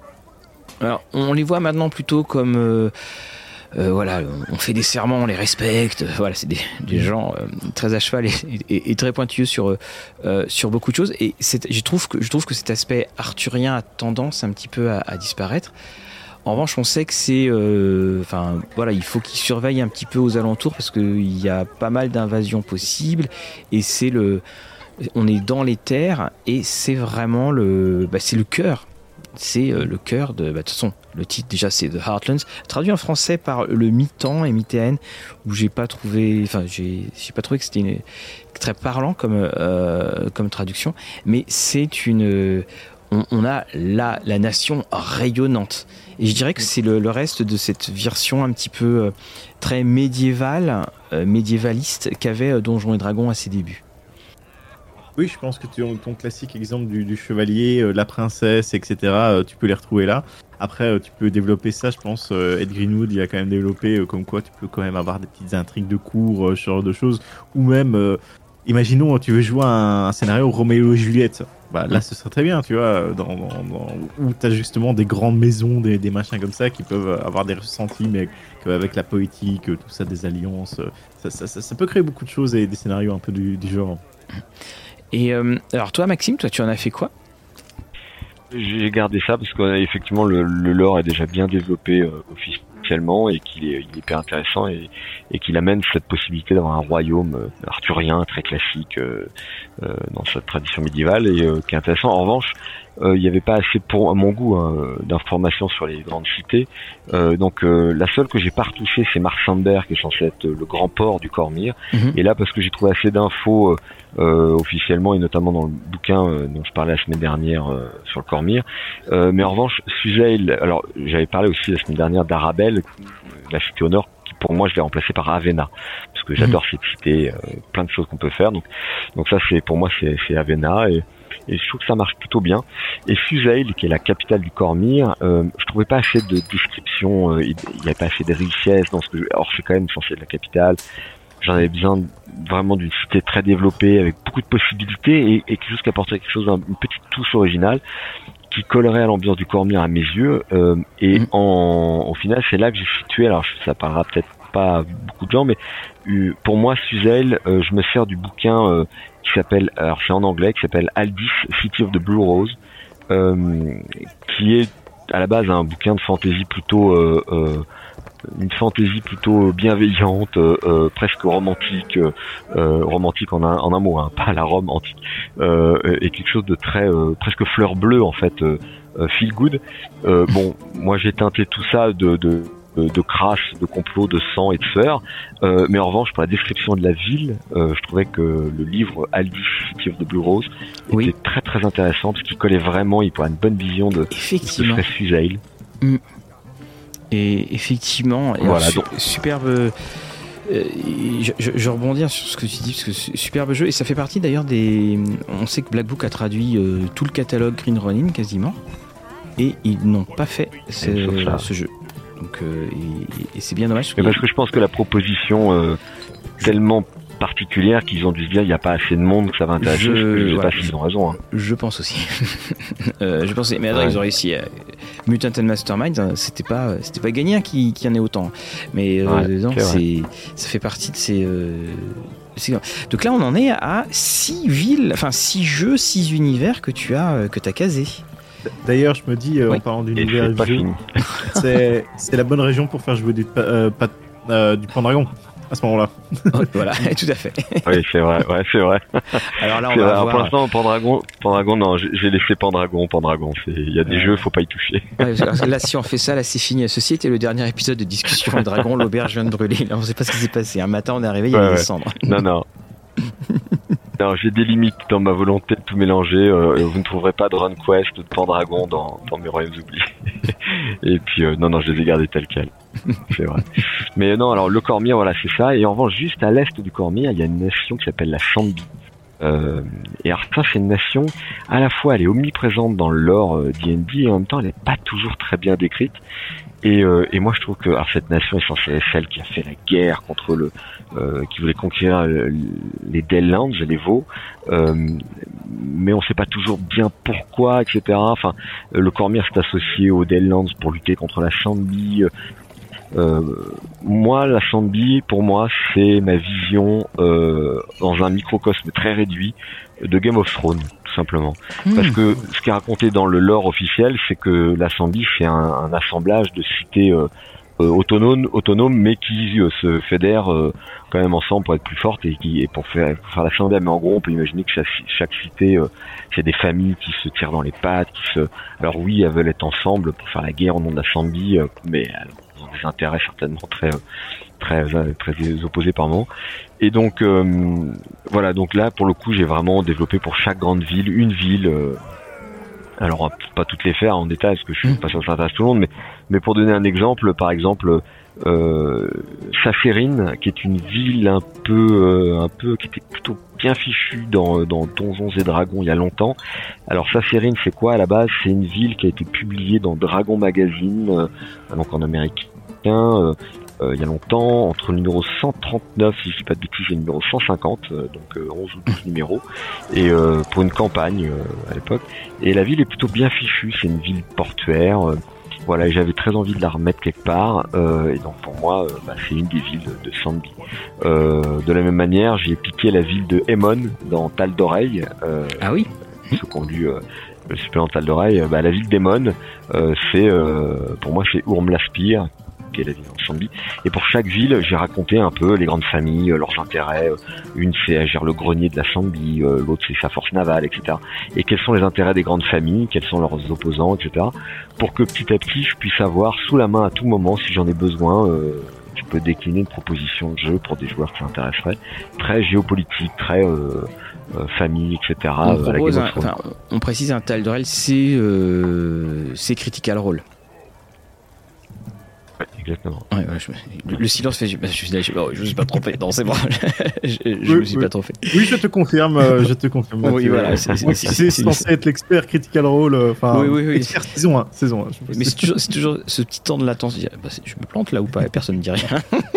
Alors, on les voit maintenant plutôt comme. Euh, euh, voilà, on fait des serments, on les respecte. Voilà, c'est des, des gens euh, très à cheval et, et, et très pointilleux sur, euh, sur beaucoup de choses. Et c'est, je, trouve que, je trouve que cet aspect arthurien a tendance un petit peu à, à disparaître. En revanche, on sait que c'est. Enfin, euh, voilà, il faut qu'ils surveillent un petit peu aux alentours parce qu'il y a pas mal d'invasions possibles. Et c'est le. On est dans les terres et c'est vraiment le, bah c'est le cœur, c'est euh, le cœur de, bah, de toute façon, le titre déjà c'est The Heartlands, traduit en français par le mi-temps et mi-T N, où j'ai pas trouvé, enfin j'ai, j'ai pas trouvé que c'était une, très parlant comme euh, comme traduction, mais c'est une, on, on a la la nation rayonnante et je dirais que c'est le, le reste de cette version un petit peu euh, très médiévale, euh, médiévaliste qu'avait euh, Donjons et Dragons à ses débuts. Oui, je pense que tu, ton classique exemple du, du chevalier, euh, la princesse, et cetera, euh, tu peux les retrouver là. Après, euh, tu peux développer ça, je pense. Euh, Ed Greenwood, il a quand même développé euh, comme quoi tu peux quand même avoir des petites intrigues de cours, euh, ce genre de choses. Ou même, euh, imaginons, tu veux jouer un, un scénario Roméo et Juliette. Bah, là, ce serait très bien, tu vois, dans, dans, dans, où tu as justement des grandes maisons, des, des machins comme ça qui peuvent avoir des ressentis, mais avec la poétique, tout ça, des alliances. Ça, ça, ça, ça peut créer beaucoup de choses et des scénarios un peu du, du genre. Et euh, alors toi Maxime, toi tu en as fait quoi ? J'ai gardé ça parce qu'effectivement le, le lore est déjà bien développé euh, officiellement et qu'il est, il est hyper intéressant et, et qu'il amène cette possibilité d'avoir un royaume euh, arthurien très classique euh, euh, dans cette tradition médiévale et euh, qui est intéressant. En revanche, il n'y avait pas assez pour à mon goût hein, d'informations sur les grandes cités. Euh, donc euh, la seule que j'ai pas retouchée, c'est Marsander, qui est censé être le grand port du Cormyr. Mm-hmm. Et là, parce que j'ai trouvé assez d'infos euh, officiellement et notamment dans le bouquin euh, dont je parlais la semaine dernière euh, sur le Cormyr. Euh, mais en revanche, Suzail, alors j'avais parlé aussi la semaine dernière d'Arabel, la cité au nord, qui pour moi je l'ai remplacée par Avena, parce que j'adore mm-hmm. cette cité, euh, plein de choses qu'on peut faire. Donc, donc ça c'est pour moi c'est, c'est Avena et Et je trouve que ça marche plutôt bien. Et Suzail, qui est la capitale du Cormyr, euh, je trouvais pas assez de description, euh, il n'y avait pas assez de richesse dans ce que je... Or, c'est quand même censé être la capitale. J'en avais besoin vraiment d'une cité très développée, avec beaucoup de possibilités, et, et quelque chose qui apporterait quelque chose, une petite touche originale, qui collerait à l'ambiance du Cormyr à mes yeux. Euh, et mmh. en, au final, c'est là que j'ai situé, alors ça parlera peut-être pas à beaucoup de gens, mais euh, pour moi, Suzail, euh, je me sers du bouquin... Euh, qui s'appelle, alors c'est en anglais, qui s'appelle Aldis, City of the Blue Rose, euh, qui est à la base un bouquin de fantasy plutôt, euh, euh, une fantasy plutôt bienveillante, euh, euh, presque romantique, euh, romantique en un, en un mot, hein, pas la Rome antique, euh, et quelque chose de très, euh, presque fleur bleue en fait, euh, feel good. Euh, bon, moi j'ai teinté tout ça de, de de crash, de complot, de sang et de sueur. Euh, mais en revanche, pour la description de la ville, euh, je trouvais que le livre Aldis, City of the Blue Rose oui. était très très intéressant parce qu'il collait vraiment, il pourrait une bonne vision de, de ce que serait Suzail. Mm. Et effectivement, et voilà, alors, donc... superbe. Euh, je, je, je rebondis sur ce que tu dis parce que superbe jeu et ça fait partie d'ailleurs des. On sait que Black Book a traduit euh, tout le catalogue Green Ronin quasiment et ils n'ont pas fait ce, ce jeu. Donc, euh, et, et c'est bien dommage. Mais parce que je pense que la proposition euh, tellement particulière qu'ils ont dû se dire il n'y a pas assez de monde que ça va intéresser. Je, je sais voilà, pas s'ils ont raison. Hein. Je pense aussi. euh, je pense, mais attends, ouais. Ils ont réussi. À... Mutant and Mastermind, c'était pas, c'était pas gagné qu'il y en ait autant. Mais euh, ouais, non, c'est, ça fait partie de ces. Euh... Donc là, on en est à six villes, enfin six jeux, six univers que tu as, que tu as casés. D'ailleurs, je me dis, euh, oui. en parlant d'univers et de jeux, c'est, c'est la bonne région pour faire jouer du, euh, pas, euh, du Pendragon à ce moment-là. Oh, voilà, tout à fait. Oui, c'est vrai, ouais, c'est vrai. Alors là, on c'est va vrai. voir... Pour l'instant, Pendragon, Pendragon, non, j'ai laissé Pendragon, Pendragon. Il y a des euh... jeux, faut pas y toucher. Ouais, là, si on fait ça, là, c'est fini. Ceci était le dernier épisode de discussion de Dragon. L'auberge vient de brûler. Là, on sait pas ce qui s'est passé. Un matin, on est arrivé, il y avait ouais, des cendres. Non, non. Non, j'ai des limites dans ma volonté de tout mélanger. Euh, vous ne trouverez pas de Run Quest ou de Pendragon dans, dans mes royaumes oubliés. Et puis, euh, non, non, je les ai gardés tels quels. C'est vrai. Mais non, alors le Cormyr, voilà, c'est ça. Et en revanche, juste à l'est du Cormyr, il y a une nation qui s'appelle la Sandby. Euh, et alors ça, c'est une nation, à la fois, elle est omniprésente dans le lore euh, D and D, et en même temps, elle n'est pas toujours très bien décrite. Et, euh, et moi, je trouve que alors, cette nation est censée être celle qui a fait la guerre contre le, euh, qui voulait conquérir le, les Delllands, les veaux, euh, mais on sait pas toujours bien pourquoi, et cetera. Enfin, le Cormyr s'est associé aux Delllands pour lutter contre la Sandby. Euh, moi, la Sandby, pour moi, c'est ma vision euh, dans un microcosme très réduit de Game of Thrones, tout simplement. Mmh. Parce que ce qui est raconté dans le lore officiel, c'est que la Sandby, c'est un, un assemblage de cités euh, euh, autonomes, autonomes, mais qui euh, se fédèrent euh, quand même ensemble pour être plus fortes et, qui, et pour faire, pour faire la Sandby. Mais en gros, on peut imaginer que chaque, chaque cité, euh, c'est des familles qui se tirent dans les pattes, qui se... Alors oui, elles veulent être ensemble pour faire la guerre au nom de la Sandby, euh, mais elles ont des intérêts certainement très... très très opposés par moment. Et donc euh, voilà, donc là pour le coup j'ai vraiment développé pour chaque grande ville une ville. Euh, alors on va pas toutes les faire en détail parce que je suis pas sûr que ça intéresse tout le monde, mais mais pour donner un exemple, par exemple euh, Saphirine, qui est une ville un peu euh, un peu qui était plutôt bien fichue dans dans Donjons et Dragons il y a longtemps. Alors Saphirine, c'est quoi à la base? C'est une ville qui a été publiée dans Dragon Magazine, euh, donc en américain. Euh, Euh, il y a longtemps, entre le numéro cent trente-neuf, si je dis pas de bêtises, et le numéro cent cinquante, euh, donc euh, onze ou douze numéros, et euh, pour une campagne euh, à l'époque. Et la ville est plutôt bien fichue, c'est une ville portuaire, euh, voilà, et j'avais très envie de la remettre quelque part, euh, et donc pour moi, euh, bah, c'est une des villes de Sandby. Euh, de la même manière, j'ai piqué la ville de Aemon dans Tal d'Oreille. Euh, ah oui. Ceux qui ont lu euh, le supplément Tal d'Oreille, bah, la ville d'Aemon, euh, c'est, euh, pour moi, c'est Urm-la-Spire, qui est la ville en Sandby. Et pour chaque ville, j'ai raconté un peu les grandes familles, leurs intérêts. Une, c'est elle gère le grenier de la Sandby, l'autre, c'est sa force navale, et cetera. Et quels sont les intérêts des grandes familles, quels sont leurs opposants, et cetera. Pour que petit à petit, je puisse avoir sous la main à tout moment, si j'en ai besoin, euh, je peux décliner une proposition de jeu pour des joueurs qui s'intéresseraient. Très géopolitique, très euh, euh, famille, et cetera. On, propose un, enfin, on précise un Tal d'Oreille, c'est euh, c'est Critical Role. Ouais, exactement. Ouais, ouais, je, le, le silence fait. Je, je, je, je, je me suis pas trompé. Non, c'est bon. je je oui, me suis oui. pas trompé. Oui, je te confirme. Je te confirme. Oui, voilà. C'est, c'est, c'est, c'est, c'est censé être l'expert Critical Role. Enfin, oui, oui, oui. Expert saison un. Saison un mais c'est toujours, c'est toujours ce petit temps de latence. Je, bah, je me plante là ou pas? Personne ne dit rien.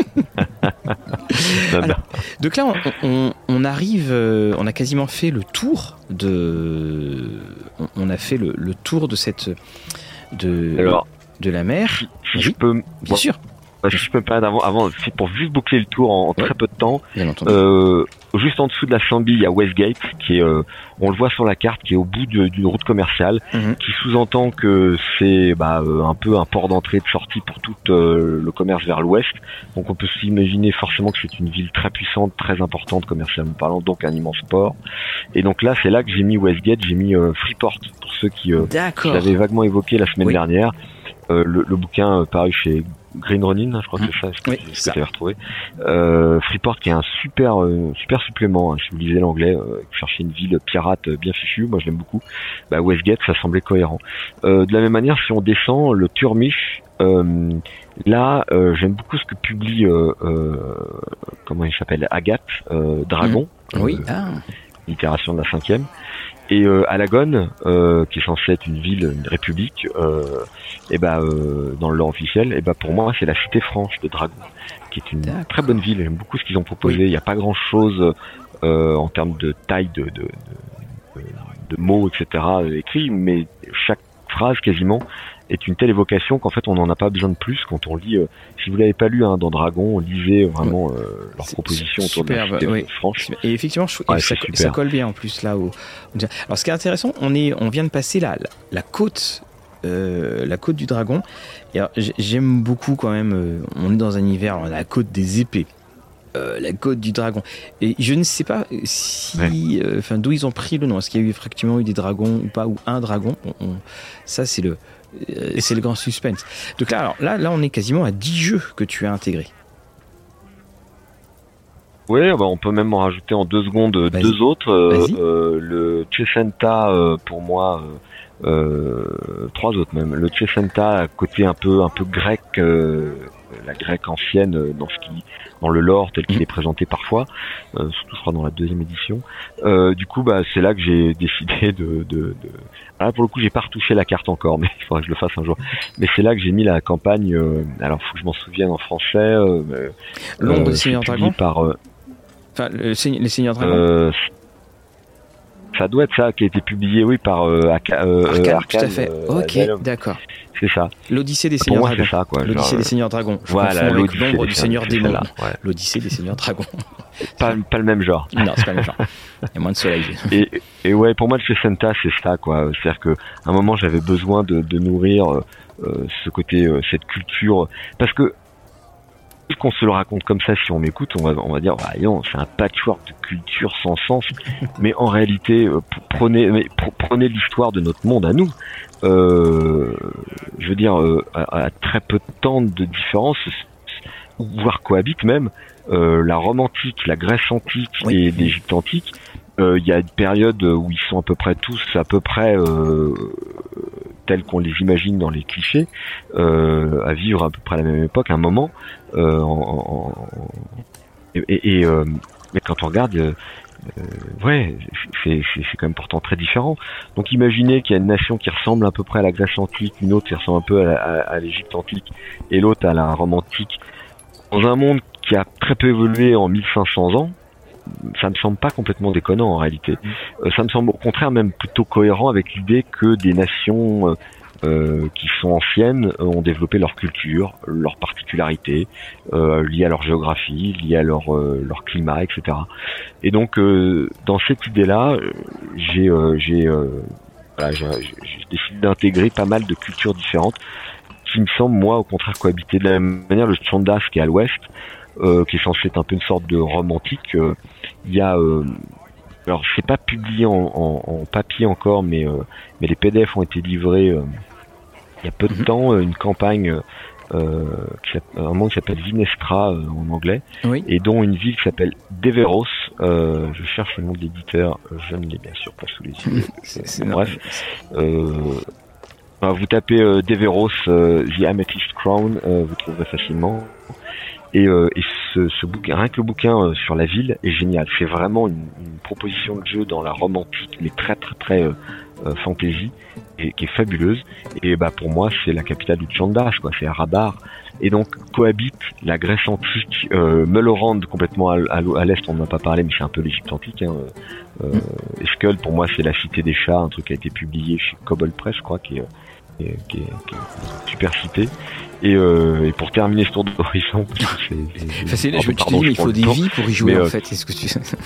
Alors, donc là, on, on, on arrive. Euh, on a quasiment fait le tour de. On, on a fait le, le tour de cette. De. Alors. De la mer. Si, si oui, je peux, bien bon, sûr. Si je peux pas avant, avant, c'est pour juste boucler le tour en, en ouais. très peu de temps. Bien entendu. Euh, juste en dessous de la Sandby, il y a Westgate, qui est, euh, on le voit sur la carte, qui est au bout de, d'une route commerciale, mm-hmm. qui sous-entend que c'est bah, euh, un peu un port d'entrée et de sortie pour tout euh, le commerce vers l'ouest. Donc on peut s'imaginer forcément que c'est une ville très puissante, très importante commercialement parlant, donc un immense port. Et donc là, c'est là que j'ai mis Westgate, j'ai mis euh, Freeport pour ceux qui, euh, qui l'avaient vaguement évoqué la semaine oui. dernière. Euh, le, le bouquin euh, paru chez Green Ronin, je crois que c'est ça, ce que, oui, ce que tu avais retrouvé. Euh, Freeport qui est un super euh, super supplément, hein, si vous lisez l'anglais, euh, cherchez une ville pirate bien fichue, moi je l'aime beaucoup. Bah, Westgate, ça semblait cohérent. Euh, de la même manière, si on descend, le Turmish, euh, là, euh, j'aime beaucoup ce que publie, euh, euh, comment il s'appelle, Agathe, euh, Dragon. Mmh. Oui, euh, ah. L'itération de la cinquième. Et euh, Alagon, euh, qui est censée être une ville, une république, euh, et bah euh, dans le lore officiel, et bah pour moi c'est la cité franche de Dragon, qui est une D'accord. très bonne ville. J'aime beaucoup ce qu'ils ont proposé. Oui. Il n'y a pas grand chose euh, en termes de taille de, de, de, de, de mots, et cetera écrits, mais chaque phrase quasiment est une telle évocation qu'en fait on n'en a pas besoin de plus quand on lit. Euh, si vous l'avez pas lu hein, dans Dragon, lisez vraiment euh, leurs propositions autour de la cité oui. franche. Et effectivement, je, ouais, et ça, ça colle bien en plus là où. Alors ce qui est intéressant, on est, on vient de passer la, la, la côte, euh, la côte du Dragon. Et alors, j'aime beaucoup quand même. Euh, on est dans un hiver, on a la côte des épées. Euh, la côte du Dragon. Et je ne sais pas si, enfin, ouais. euh, d'où ils ont pris le nom. Est-ce qu'il y a eu effectivement eu des dragons ou pas, ou un dragon. On, on, ça, c'est le, euh, c'est le grand suspense. Donc là, alors, là, là, on est quasiment à dix jeux que tu as intégrés. Oui, bah on peut même en rajouter en deux secondes Vas-y. deux autres. Euh, euh, le Chesenta, euh, pour moi, euh, euh, trois autres même. Le Chesenta, côté un peu, un peu grec. Euh, la grecque ancienne dans ce qui dans le lore tel qu'il est présenté parfois, euh, surtout je crois dans la deuxième édition. Euh, du coup bah c'est là que j'ai décidé de, de, de... Ah, pour le coup j'ai pas retouché la carte encore, mais il faudra que je le fasse un jour. Mais c'est là que j'ai mis la campagne. Euh, alors faut que je m'en souvienne en français. Euh, L'ombre euh, des Seigneurs Dragons. Par, euh, enfin le, les Seigneurs Dragons. Euh, ça doit être ça qui a été publié oui par euh, Arca- euh, Arcane, Arcane. Tout à fait. Euh, ok, d'accord. C'est ça. L'Odyssée des Seigneurs Dragons. Ça, quoi. L'Odyssée genre, des Seigneurs Dragons. Je voilà, avec l'ombre du Seigneur Démon. Ouais. L'Odyssée des Seigneurs Dragons. Pas, pas le même genre. Non, c'est pas le même genre. Il y a moins de soleil. Et, et ouais, pour moi, le Chesenta, c'est ça, quoi. C'est-à-dire que, à un moment, j'avais besoin de, de nourrir euh, ce côté, euh, cette culture, parce que qu'on se le raconte comme ça, si on m'écoute, on va, on va dire, bah, non, c'est un patchwork de culture sans sens. Mais en réalité, euh, prenez, mais, prenez l'histoire de notre monde à nous. Euh, je veux dire, euh, à, à très peu de temps de différence, voire cohabitent même, euh, la Rome antique, la Grèce antique oui. et l'Égypte antique. Euh, il y a une période où ils sont à peu près tous, à peu près euh, tels qu'on les imagine dans les clichés, euh, à vivre à peu près à la même époque, à un moment. Euh, en, en, et, et, et euh, mais quand on regarde, euh, euh, ouais, c'est, c'est, c'est quand même pourtant très différent. Donc imaginez qu'il y a une nation qui ressemble à peu près à la Grèce antique, une autre qui ressemble un peu à, à, à l'Égypte antique, et l'autre à la Rome antique, dans un monde qui a très peu évolué en mille cinq cents ans. Ça me semble pas complètement déconnant en réalité. Euh, ça me semble au contraire même plutôt cohérent avec l'idée que des nations euh, euh, qui sont anciennes euh, ont développé leur culture, leurs particularités, euh, liées à leur géographie, liées à leur euh, leur climat, et cetera. Et donc euh, dans cette idée-là, j'ai euh, j'ai euh, voilà, j'ai, j'ai décidé d'intégrer pas mal de cultures différentes qui me semblent moi au contraire cohabiter. De la même manière, le Chandas qui est à l'ouest. Euh, qui est censé être un peu une sorte de Rome antique. Euh, il y a, euh, alors c'est pas publié en, en, en papier encore, mais euh, mais les P D F ont été livrés euh, il y a peu de mm-hmm. temps. Une campagne, euh, qui un monde qui s'appelle Vinestra euh, en anglais, oui. et dont une ville qui s'appelle Deveros. Euh, je cherche le nom de l'éditeur, je ne l'ai bien sûr pas sous les yeux. c'est, c'est bref. Euh, vous tapez euh, Deveros, euh, The Amethyst Crown, euh, vous trouverez facilement. Et, euh, et ce, ce bouquin, rien que le bouquin euh, sur la ville est génial. C'est vraiment une, une proposition de jeu dans la Rome antique, mais très très très euh, euh, fantasy, et qui est fabuleuse. Et bah pour moi, c'est la capitale du Chandas, quoi. C'est Arabar. Et donc cohabite la Grèce antique, euh, Melorand complètement à, à, à l'est, on n'en a pas parlé, mais c'est un peu l'Égypte antique. Hein. Euh, et Skull, pour moi, c'est la cité des chats, un truc qui a été publié chez Cobble Press, je crois, qui est Qui est, qui, est, qui est super cité. Et, euh, et pour terminer ce tour d'horizon, c'est, c'est, enfin, c'est, je me dis, il faut des vies pour y jouer, mais, en euh, fait. Est-ce que tu...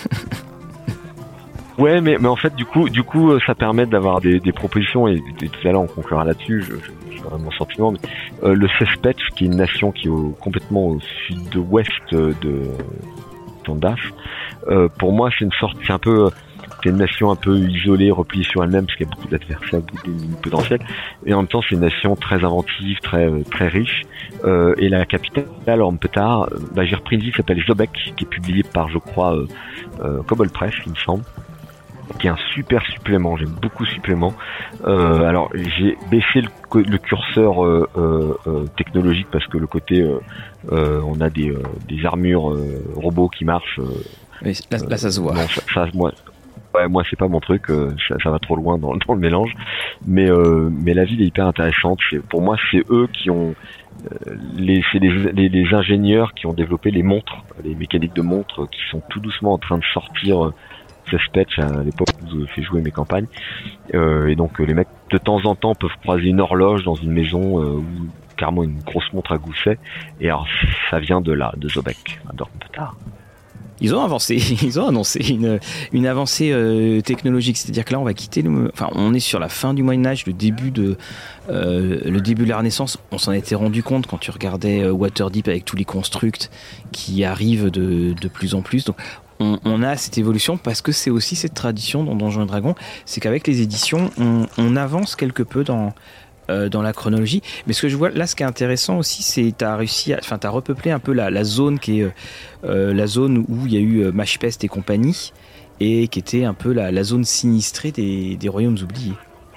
ouais, mais, mais en fait, du coup, du coup, ça permet d'avoir des, des propositions, et, et tout à l'heure on conclura là-dessus, je, je, je ferai mon sentiment, mais euh, le Sespech, qui est une nation qui est au, complètement au sud-ouest de Chandas, euh, pour moi, c'est une sorte, c'est un peu... C'est une nation un peu isolée, repliée sur elle-même, parce qu'il y a beaucoup d'adversaires, beaucoup de potentiel. Et en même temps, c'est une nation très inventive, très très riche. Euh, et la capitale, alors un peu tard, bah, j'ai repris une ville qui s'appelle Zobek, qui est publiée par, je crois, euh, euh, Cobble Press, il me semble, qui est un super supplément. J'aime beaucoup ce supplément. Euh, alors, j'ai baissé le, le curseur euh, euh, technologique parce que le côté, euh, euh, on a des, euh, des armures euh, robots qui marchent. Euh, oui, là, là, ça se voit. Non, ça, ça, moi, ouais, moi c'est pas mon truc, euh, ça, ça va trop loin dans, dans le mélange. Mais euh, mais la ville est hyper intéressante. C'est, pour moi, c'est eux qui ont euh, les c'est les, les les ingénieurs qui ont développé les montres, les mécaniques de montres qui sont tout doucement en train de sortir. Flash à l'époque où je fais jouer mes campagnes, euh, et donc les mecs de temps en temps peuvent croiser une horloge dans une maison euh, ou carrément une grosse montre à gousset, et alors ça vient de là, de Zobec, un peu tard. Ils ont avancé, ils ont annoncé une, une avancée euh, technologique, c'est-à-dire que là on va quitter, le, enfin on est sur la fin du Moyen-Âge, le début de euh, le début de la Renaissance. On s'en était rendu compte quand tu regardais euh, Waterdeep avec tous les constructs qui arrivent de, de plus en plus. Donc On, on a cette évolution parce que c'est aussi cette tradition dans Donjons et Dragons, c'est qu'avec les éditions, on, on avance quelque peu dans, euh, dans la chronologie. Mais ce que je vois là, ce qui est intéressant aussi, c'est que tu as réussi, à, enfin, tu as repeuplé un peu la, la zone qui est euh, la zone où il y a eu Machpest et compagnie, et qui était un peu la, la zone sinistrée des, des royaumes oubliés.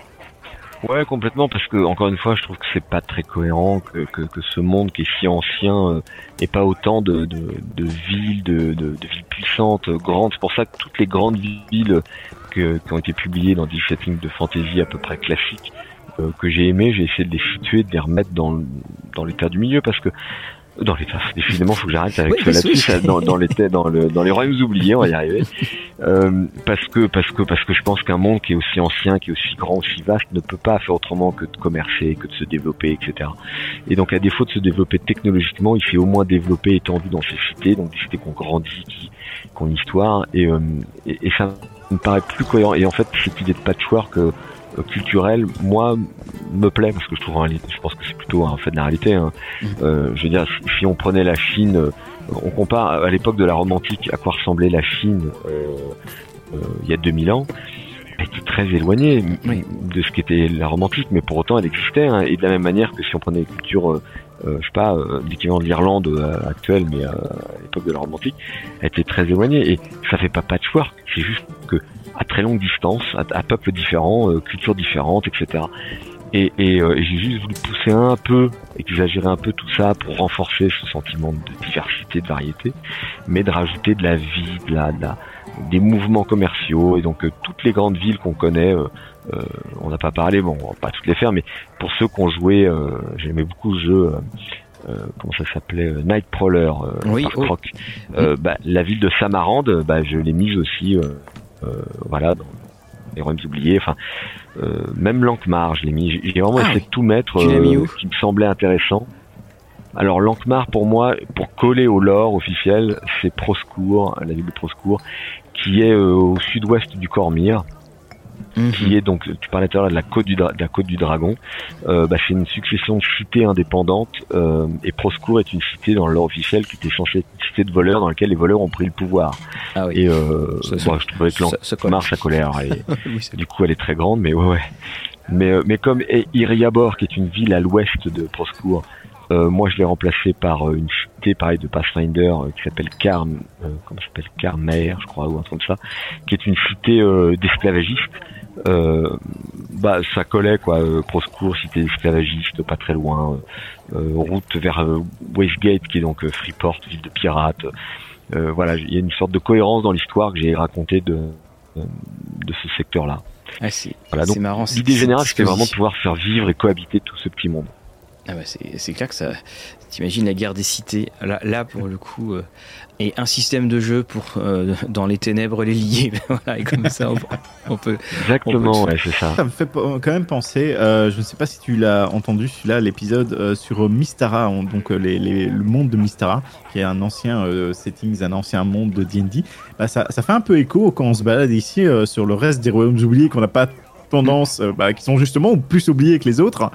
Ouais, complètement, parce que encore une fois, je trouve que c'est pas très cohérent que, que, que ce monde qui est si ancien euh, ait pas autant de, de, de villes, de, de, de villes puissantes, grandes. C'est pour ça que toutes les grandes villes que, qui ont été publiées dans des settings de fantasy à peu près classiques, euh, que j'ai aimé, j'ai essayé de les situer, de les remettre dans, dans l'état du milieu, parce que dans l'état, décidément, faut que j'arrête avec oui, ça là-dessus, ça, dans, dans l'état, dans le, dans les royaumes oubliés, on va y arriver. Euh, parce que, parce que, parce que je pense qu'un monde qui est aussi ancien, qui est aussi grand, aussi vaste, ne peut pas faire autrement que de commercer, que de se développer, et cetera. Et donc, à défaut de se développer technologiquement, il s'est au moins développé, étendu dans ces cités, donc des cités qui ont grandi, qui, qui ont une histoire, et, euh, et, et ça me paraît plus cohérent. Et en fait, cette idée de patchwork, euh, culturel, moi, me plaît, parce que je trouve, je pense que c'est plutôt un fait de la réalité, hein. Mmh. Euh, je veux dire, si, si on prenait la Chine, euh, on compare à l'époque de la Rome antique à quoi ressemblait la Chine euh, euh, il y a deux mille ans, elle était très éloignée oui. de ce qu'était la Rome antique, mais pour autant elle existait, hein. Et de la même manière que si on prenait les cultures, euh, euh, je sais pas, euh, l'équivalent de l'Irlande euh, actuelle, mais euh, à l'époque de la Rome antique, elle était très éloignée, et ça fait pas patchwork, c'est juste que à très longue distance, à, à peuples différents, euh, cultures différentes, et cetera. Et, et, euh, et j'ai juste voulu pousser un peu, exagérer un peu tout ça pour renforcer ce sentiment de diversité, de variété, mais de rajouter de la vie, de la, de la des mouvements commerciaux. Et donc euh, toutes les grandes villes qu'on connaît, euh, euh, on n'a pas parlé, bon, on va pas toutes les faire, mais pour ceux qui ont joué, euh, j'aimais beaucoup le jeu. Euh, Euh, comment ça s'appelait, euh, Nightcrawler, euh, oui, par oh. Croc. Euh, bah, la ville de Samarande, bah, je l'ai mise aussi, euh, euh, voilà, dans les royaumes oubliés. Enfin, euh, même Lankhmar, je l'ai mis. J'ai vraiment ah, essayé oui. de tout mettre, euh, qui me semblait intéressant. Alors Lankhmar, pour moi, pour coller au lore officiel, c'est Proscour, la ville de Proscour, qui est euh, au sud-ouest du Cormyr. Mmh. Qui est donc, tu parlais tout à l'heure de la côte du, dra- de la côte du Dragon, euh, bah, c'est une succession de cités indépendantes, euh, et Proscour est une cité dans l'ordre officiel qui était censée être une cité de voleurs dans laquelle les voleurs ont pris le pouvoir. Ah oui. Et euh, ça, bon, je trouvais que Lankhmar, sa colère, et oui, du coup elle est très grande, mais ouais, ouais. Mais, euh, mais comme Iriabor, qui est une ville à l'ouest de Proscour, euh, moi je l'ai remplacé par euh, une cité pareil de Pathfinder euh, qui s'appelle Karm, euh, comment ça s'appelle, Karmaer, je crois, ou un truc comme ça, qui est une cité euh, d'esclavagistes. Euh, bah ça collait quoi, euh, Proscour, cité esclavagiste, pas très loin, euh, route vers euh, Westgate qui est donc euh, Freeport, ville de pirates. Euh, voilà, il y a une sorte de cohérence dans l'histoire que j'ai racontée de euh, de ce secteur-là. Ah, c'est, voilà, donc c'est marrant. L'idée c'est, générale, c'est c'était vraiment de pouvoir faire vivre et cohabiter tout ce petit monde. Ah bah c'est, c'est clair que ça. T'imagines la guerre des cités. Là, là pour le coup, euh, et un système de jeu pour euh, dans les ténèbres les lier. Voilà, et comme ça, on, on peut. Exactement, on peut... ouais, c'est ça. Ça me fait quand même penser. Euh, je ne sais pas si tu l'as entendu, celui-là, l'épisode euh, sur Mystara, on, donc euh, les, les, le monde de Mystara, qui est un ancien euh, settings, un ancien monde de D and D. Bah, ça, ça fait un peu écho quand on se balade ici euh, sur le reste des royaumes oubliés qu'on n'a pas tendance, euh, bah, qui sont justement plus oubliés que les autres.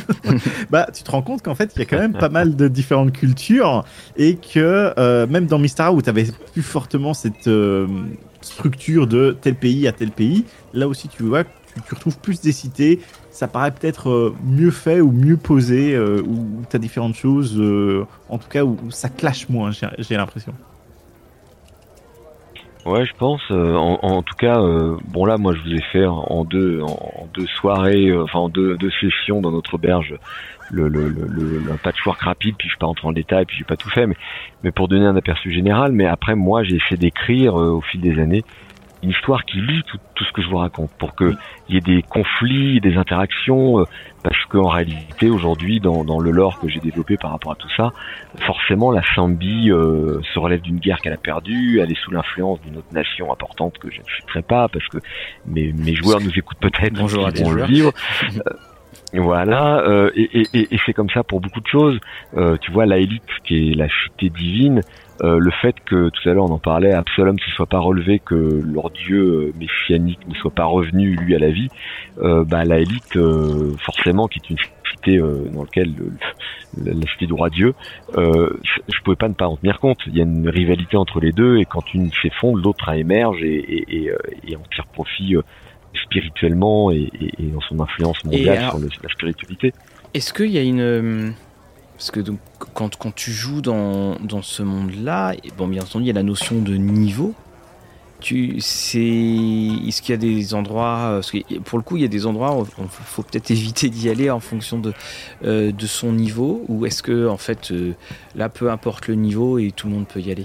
Bah, tu te rends compte qu'en fait, il y a quand même pas mal de différentes cultures et que euh, même dans Mystara, où tu avais plus fortement cette euh, structure de tel pays à tel pays, là aussi, tu vois, tu, tu retrouves plus des cités. Ça paraît peut-être euh, mieux fait ou mieux posé, euh, où, où tu as différentes choses, euh, en tout cas, où, où ça clash moins, j'ai, j'ai l'impression. Ouais, je pense. Euh, en, en tout cas, euh, bon là, moi, je vous ai fait en deux, en, en deux soirées, euh, enfin en deux, deux sessions dans notre auberge, le, le, le, le, le patchwork rapide. Puis je suis pas rentré en détail, puis j'ai pas tout fait, mais, mais pour donner un aperçu général. Mais après, moi, j'ai essayé d'écrire euh, au fil des années une histoire qui lie tout, tout ce que je vous raconte, pour que il y ait des conflits, des interactions, euh, parce qu'en réalité aujourd'hui dans, dans le lore que j'ai développé par rapport à tout ça, forcément la Sambie euh, se relève d'une guerre qu'elle a perdue, elle est sous l'influence d'une autre nation importante que je ne citerai pas parce que mes, mes joueurs nous écoutent peut-être, bonjour ils vont le vivre. euh, voilà, euh, et, et, et c'est comme ça pour beaucoup de choses. Euh, tu vois, la Élite, qui est la cité divine, euh, le fait que, tout à l'heure on en parlait, Absalom ne se soit pas relevé, que leur dieu messianique ne soit pas revenu, lui, à la vie, euh, bah la Élite, euh, forcément, qui est une cité euh, dans laquelle le, la cité du roi Dieu, euh, je pouvais pas ne pas en tenir compte. Il y a une rivalité entre les deux, et quand une s'effondre, l'autre émerge et, et, et, et en tire profit euh, spirituellement et, et, et dans son influence mondiale alors, sur le, la spiritualité. Est-ce qu'il y a une... Parce que donc, quand, quand tu joues dans, dans ce monde-là, bon, bien entendu, il y a la notion de niveau. Tu, c'est... Est-ce qu'il y a des endroits... Parce que pour le coup, il y a des endroits où il faut peut-être éviter d'y aller en fonction de, euh, de son niveau, ou est-ce que, en fait, euh, là, peu importe le niveau et tout le monde peut y aller?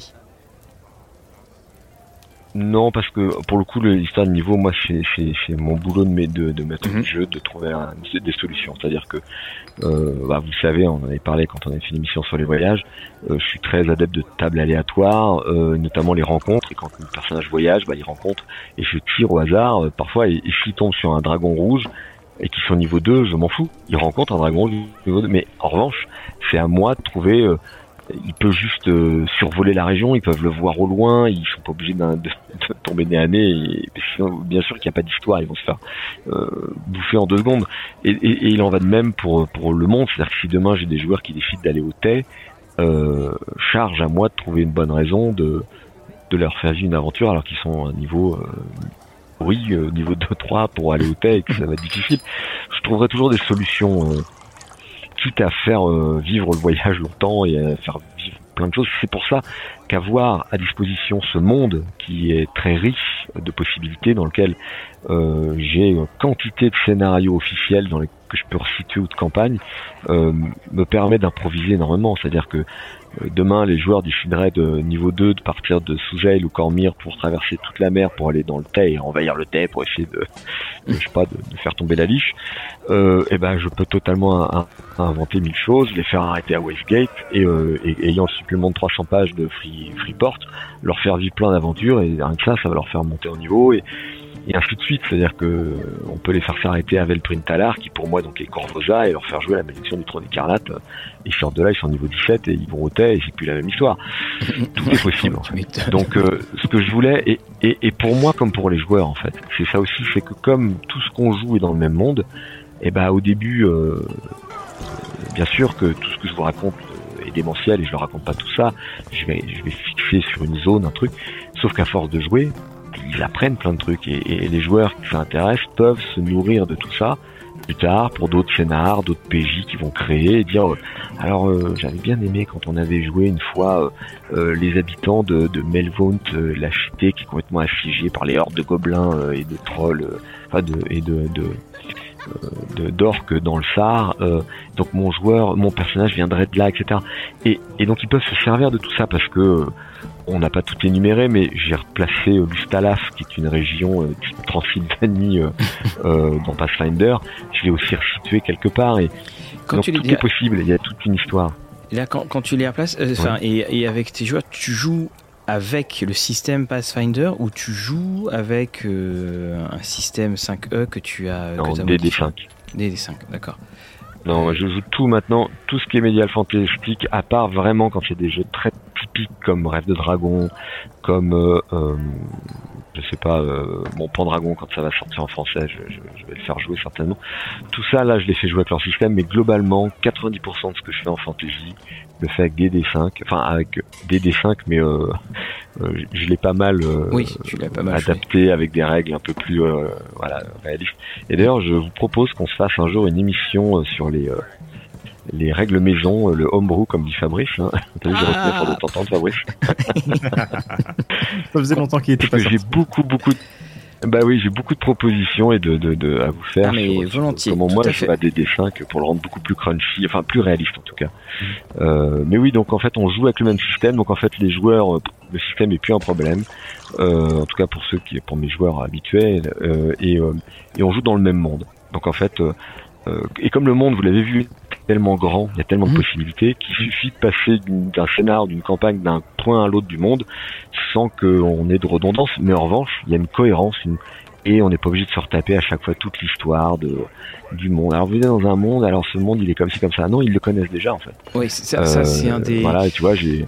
Non, parce que pour le coup, l'histoire de niveau, moi, c'est, c'est, c'est mon boulot de, de, de mettre mmh. du jeu, de trouver un, des solutions. C'est-à-dire que, euh, bah, vous savez, on en avait parlé quand on avait fait une émission sur les voyages, euh, je suis très adepte de tables aléatoires, euh, notamment les rencontres, et quand un personnage voyage, bah, il rencontre, et je tire au hasard, euh, parfois, et, et s'il tombe sur un dragon rouge, et qu'ils sont niveau deux, je m'en fous. Il rencontre un dragon rouge niveau deux, mais en revanche, c'est à moi de trouver... Euh, il peut juste euh, survoler la région, ils peuvent le voir au loin, ils sont pas obligés de, de, de tomber nez à nez, et, sinon, bien sûr qu'il n'y a pas d'histoire, ils vont se faire euh, bouffer en deux secondes. Et, et, et il en va de même pour, pour le monde, c'est-à-dire que si demain j'ai des joueurs qui décident d'aller au Tay, euh, charge à moi de trouver une bonne raison de, de leur faire vivre une aventure alors qu'ils sont à un niveau... Euh, oui, euh, niveau deux trois pour aller au Tay et que ça va être difficile. Je trouverai toujours des solutions... Euh, quitte à faire euh, vivre le voyage longtemps et à faire vivre plein de choses. C'est pour ça qu'avoir à disposition ce monde qui est très riche de possibilités, dans lequel euh, j'ai une quantité de scénarios officiels dans les que je peux resituer ou de campagne, euh, me permet d'improviser énormément. C'est-à-dire que euh, demain, les joueurs décideraient de niveau deux de partir de Soujail ou Cormyr pour traverser toute la mer pour aller dans le Tay et envahir le Tay pour essayer de, de je sais pas, de, de faire tomber la liche. Euh, et ben, je peux totalement un, un, inventer mille choses, les faire arrêter à Westgate et, euh, et ayant le supplément de trois cents pages de Free, Freeport, leur faire vivre plein d'aventures et rien que ça, ça va leur faire monter en niveau et et ainsi de suite, c'est-à-dire que euh, on peut les faire s'arrêter à Velprin Talar, qui pour moi donc est Corvosa, et leur faire jouer la malédiction du trône écarlate. Euh, ils sortent de là, ils sont au niveau dix-sept et ils vont au Tay, et c'est plus la même histoire. Tout est possible. En fait. Donc euh, ce que je voulais, et, et, et pour moi comme pour les joueurs en fait, c'est ça aussi, c'est que comme tout ce qu'on joue est dans le même monde, et ben au début, euh, bien sûr que tout ce que je vous raconte est démentiel et je leur raconte pas tout ça. Je vais, je vais fixer sur une zone un truc, sauf qu'à force de jouer, ils apprennent plein de trucs et, et les joueurs qui s'intéressent peuvent se nourrir de tout ça plus tard pour d'autres scénars, d'autres P J qui vont créer et dire euh, alors euh, j'avais bien aimé quand on avait joué une fois euh, euh, les habitants de, de Melvaunt, euh, la cité qui est complètement assiégée par les hordes de gobelins euh, et de trolls euh, enfin de, et de, de de d'orques dans le Sahar, euh, donc mon joueur, mon personnage viendrait de là, et cetera. Et, et donc ils peuvent se servir de tout ça parce que euh, on n'a pas tout énuméré, mais j'ai replacé euh, Lustalaf, qui est une région euh, de Transylvanie euh, euh, dans Pathfinder. Je l'ai aussi resitué quelque part et quand donc, tu tout est possible. Il y a toute une histoire. Là, quand, quand tu les replaces, euh, ouais. et, et avec tes joueurs, tu joues avec le système Pathfinder ou tu joues avec euh, un système cinq E que tu as non, D D cinq. D D cinq, d'accord. Non, je joue tout maintenant, tout ce qui est médial fantastique, à part vraiment quand c'est des jeux très typiques comme Rêve de Dragon, comme euh, euh, je sais pas, euh, mon Pendragon quand ça va sortir en français, je, je, je vais le faire jouer certainement. Tout ça là, je les fais jouer avec leur système, mais globalement, quatre-vingt-dix pour cent de ce que je fais en fantasy, je le fais avec D D cinq, enfin avec D D cinq, mais euh, euh, je, je l'ai pas mal, euh, oui, tu l'as pas mal adapté fait. Avec des règles un peu plus euh, voilà réalistes. Et d'ailleurs, je vous propose qu'on se fasse un jour une émission euh, sur les euh, les règles maison, euh, le homebrew comme dit Fabrice. Hein. T'as vu, j'ai retenu pour de t'entendre, Fabrice. Ça faisait longtemps qu'il était Parce pas que j'ai beaucoup beaucoup. De... Bah oui, j'ai beaucoup de propositions et de, de, de à vous faire. Ah, mais sur, volontiers. Sur comment tout moi à je fait. fais des dessins que pour le rendre beaucoup plus crunchy, enfin plus réaliste en tout cas. Mmh. Euh, mais oui, donc en fait on joue avec le même système. Donc en fait les joueurs, le système est plus un problème. Euh, en tout cas pour ceux qui, pour mes joueurs habituels, euh, et euh, et on joue dans le même monde. Donc en fait, euh, euh, et comme le monde, vous l'avez vu, est tellement grand, il y a tellement mmh. de possibilités qu'il suffit de passer d'une, d'un scénar, d'une campagne, d'un point à l'autre du monde, sans qu'on ait de redondance. Mais en revanche, il y a une cohérence, une et on n'est pas obligé de se retaper à chaque fois toute l'histoire de du monde. Alors vous êtes dans un monde, alors ce monde il est comme ci comme ça. Non, ils le connaissent déjà en fait. Oui, c'est ça, euh, ça c'est un des. Voilà, tu vois, j'ai.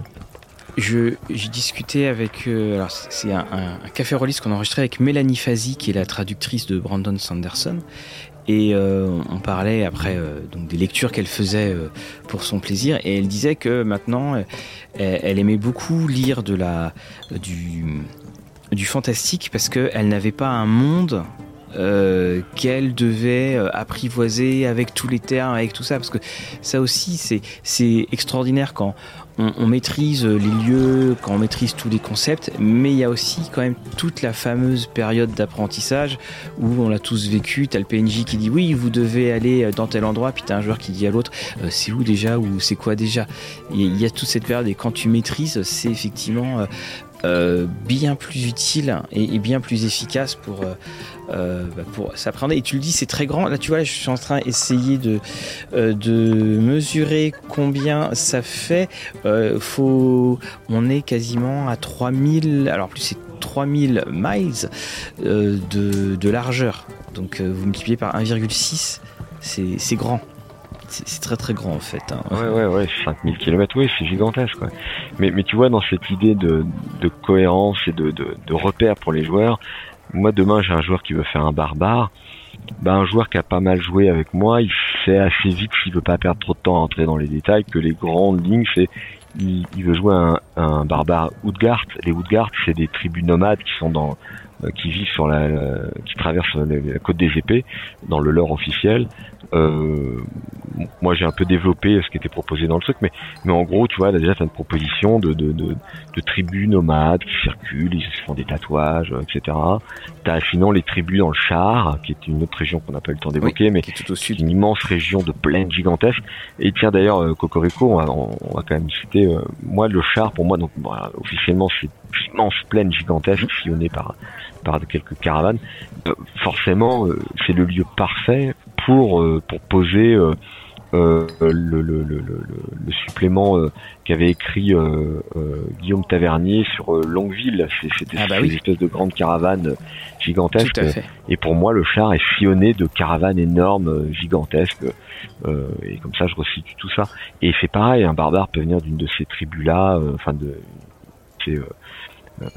Je j'ai discuté avec euh, alors c'est un, un, un café release qu'on a enregistré avec Mélanie Fazi qui est la traductrice de Brandon Sanderson. Et euh, on parlait après euh, donc des lectures qu'elle faisait euh, pour son plaisir, et elle disait que maintenant elle, elle aimait beaucoup lire de la du du fantastique parce qu'elle n'avait pas un monde euh, qu'elle devait euh, apprivoiser avec tous les termes, avec tout ça, parce que ça aussi c'est, c'est extraordinaire quand on, on maîtrise les lieux, quand on maîtrise tous les concepts, mais il y a aussi quand même toute la fameuse période d'apprentissage où on l'a tous vécu. T'as le P N J qui dit oui, vous devez aller dans tel endroit, puis t'as un joueur qui dit à l'autre euh, c'est où déjà, ou c'est quoi déjà. Il y a toute cette période, et quand tu maîtrises, c'est effectivement euh, Euh, bien plus utile et, et bien plus efficace pour, euh, bah pour s'apprendre. Et tu le dis, c'est très grand. Là, tu vois, je suis en train d'essayer de, euh, de mesurer combien ça fait. Euh, faut, on est quasiment à trois mille, alors plus c'est trois mille miles euh, de, de largeur. Donc, euh, vous multipliez par un virgule six, c'est, c'est grand. C'est, c'est très très grand en fait. Hein. Ouais, ouais, ouais, cinq mille kilomètres, oui, c'est gigantesque. Ouais. Mais, mais tu vois, dans cette idée de, de cohérence et de, de, de repère pour les joueurs, moi demain j'ai un joueur qui veut faire un barbare. Ben, un joueur qui a pas mal joué avec moi, il sait assez vite, s'il veut pas perdre trop de temps à entrer dans les détails, que les grandes lignes, c'est il, il veut jouer un, un barbare Utgard. Les Utgard, c'est des tribus nomades qui sont dans euh, qui vivent sur la, euh, qui traversent la, la côte des épées dans le lore officiel. Euh, moi j'ai un peu développé ce qui était proposé dans le truc, mais mais en gros tu vois là déjà t'as une proposition de de de, de tribus nomades qui circulent, ils se font des tatouages, et cetera. T'as sinon les tribus dans le Char, qui est une autre région qu'on n'a pas eu le temps d'évoquer, oui, mais qui est tout au sud, une immense région de plaines gigantesques. Et tiens d'ailleurs euh, Cocorico, on va, on va quand même citer euh, moi le Char pour moi donc bon, officiellement c'est une immense plaine gigantesque mmh. sillonnée par par quelques caravanes. Euh, forcément euh, c'est le lieu parfait pour euh, pour poser euh, euh, le, le, le, le, le supplément euh, qu'avait écrit euh, euh, Guillaume Tavernier sur euh, Longueville. C'est, c'était ah bah ces oui. espèces de grandes caravanes gigantesques. Tout à fait. Et pour moi, le Char est sillonné de caravanes énormes, gigantesques. Euh, et comme ça, je resitue tout ça. Et c'est pareil, un barbare peut venir d'une de ces tribus-là, enfin euh, de ces... Euh, euh,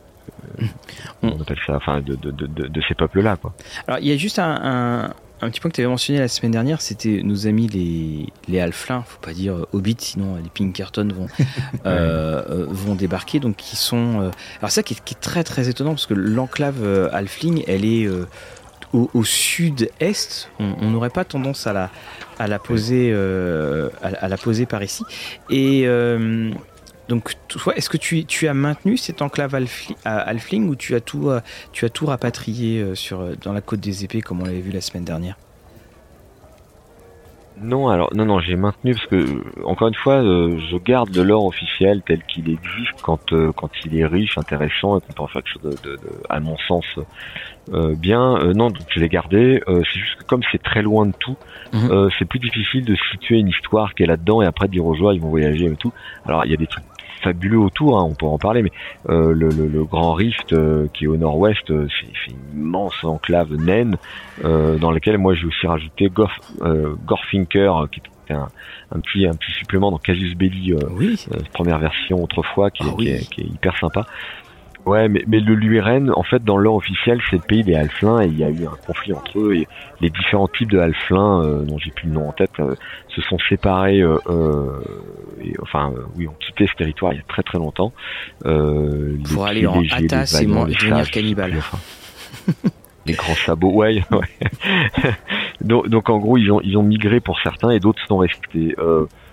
on appelle ça, enfin de, de, de, de, de ces peuples-là, quoi. Alors il y a juste un, un, un petit point que tu avais mentionné la semaine dernière, c'était nos amis les les halflins, faut pas dire Hobbit, sinon les Pinkerton vont euh, vont débarquer, donc qui sont. Euh, alors ça qui est, qui est très très étonnant parce que l'enclave euh, halfling, elle est euh, au, au sud-est. On n'aurait pas tendance à la à la poser euh, à, à la poser par ici. Et euh, donc, toi, est-ce que tu, tu as maintenu cette enclave halfling, halfling ou tu as tout, euh, tu as tout rapatrié euh, sur, dans la côte des épées comme on l'avait vu la semaine dernière ? Non, alors non, non, j'ai maintenu parce que encore une fois, euh, je garde le lore officiel tel qu'il existe quand euh, quand il est riche, intéressant et qu'on peut en faire quelque chose de, de, de à mon sens euh, bien. Euh, non, donc je l'ai gardé. Euh, c'est juste que comme c'est très loin de tout, mmh. euh, c'est plus difficile de situer une histoire qui est là-dedans et après de dire aux joueurs ils vont voyager et tout. Alors il y a des trucs fabuleux autour, hein, on peut en parler, mais euh, le, le, le Grand Rift euh, qui est au nord-ouest, euh, c'est, c'est une immense enclave naine euh, dans laquelle moi j'ai aussi rajouté Gorf, euh, Gorfinker, qui était un, un petit un petit supplément dans Casus Belli, euh, oui. euh, première version autrefois, qui, oh, est, oui. qui, est, qui est hyper sympa. Ouais, mais, mais le Luiren, en fait, dans l'or officiel, c'est le pays des Halflins et il y a eu un conflit entre eux et les différents types de Halflins, euh, dont j'ai plus le nom en tête, euh, se sont séparés, euh, euh, et, enfin, euh, oui, ont quitté ce territoire il y a très très longtemps. Euh, Pour aller en Atas et devenir cannibale. Les grands sabots, ouais, ouais. donc, donc en gros, ils ont ils ont migré pour certains et d'autres sont restés. Euh,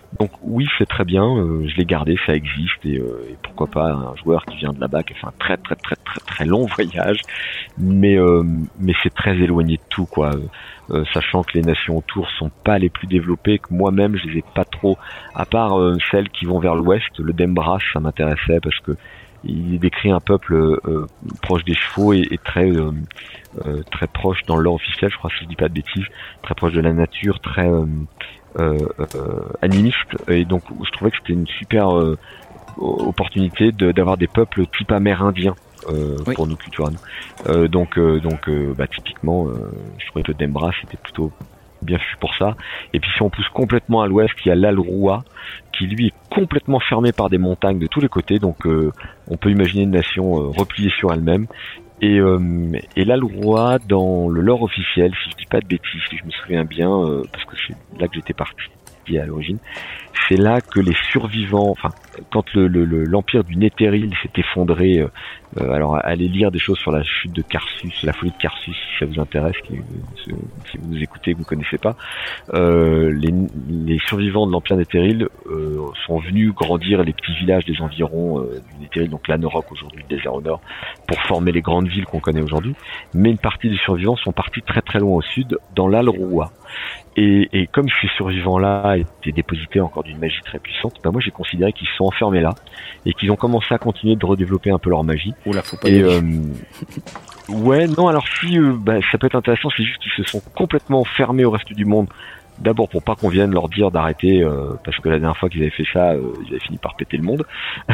Donc oui, c'est très bien, euh, je l'ai gardé, ça existe, et, euh, et pourquoi pas un joueur qui vient de là-bas, qui a fait un très très très très très long voyage, mais euh, mais c'est très éloigné de tout, quoi. Euh, sachant que les nations autour sont pas les plus développées, que moi-même je les ai pas trop, à part euh, celles qui vont vers l'ouest. Le Dembras, ça m'intéressait parce que il décrit un peuple euh, proche des chevaux et, et très euh, euh, très proche dans le lore officiel, je crois, si je dis pas de bêtises, très proche de la nature, très euh, euh, euh, animiste, et donc je trouvais que c'était une super euh, opportunité de, d'avoir des peuples type amérindien. Euh, oui. Pour nos cultures. Euh, donc, euh, donc, euh, bah, typiquement, euh, je trouvais que le Dembras c'était plutôt bien fait pour ça. Et puis si on pousse complètement à l'ouest, il y a l'Alroua, qui lui est complètement fermé par des montagnes de tous les côtés. Donc, euh, on peut imaginer une nation euh, repliée sur elle-même. Et, euh, et l'Alroua, dans le lore officiel, si je dis pas de bêtises, si je me souviens bien, euh, parce que c'est là que j'étais parti à l'origine, c'est là que les survivants, enfin, quand le, le, le, l'empire du Netheril s'est effondré, euh, euh, alors allez lire des choses sur la chute de Karsus, la folie de Karsus, si ça vous intéresse, qui, euh, si vous écoutez, vous ne connaissez pas, euh, les, les survivants de l'empire Netheril euh, sont venus grandir les petits villages des environs euh, du Netheril, donc l'Anorok aujourd'hui, le désert au nord, pour former les grandes villes qu'on connaît aujourd'hui, mais une partie des survivants sont partis très très loin au sud, dans l'Alroua. Et, et comme ces survivants-là étaient déposités encore d'une magie très puissante, bah moi j'ai considéré qu'ils se sont enfermés là et qu'ils ont commencé à continuer de redévelopper un peu leur magie. Oula, faut pas et y aller. Euh, ouais, non, alors si euh, bah, ça peut être intéressant, c'est juste qu'ils se sont complètement fermés au reste du monde. D'abord pour pas qu'on vienne leur dire d'arrêter, euh, parce que la dernière fois qu'ils avaient fait ça, euh, ils avaient fini par péter le monde.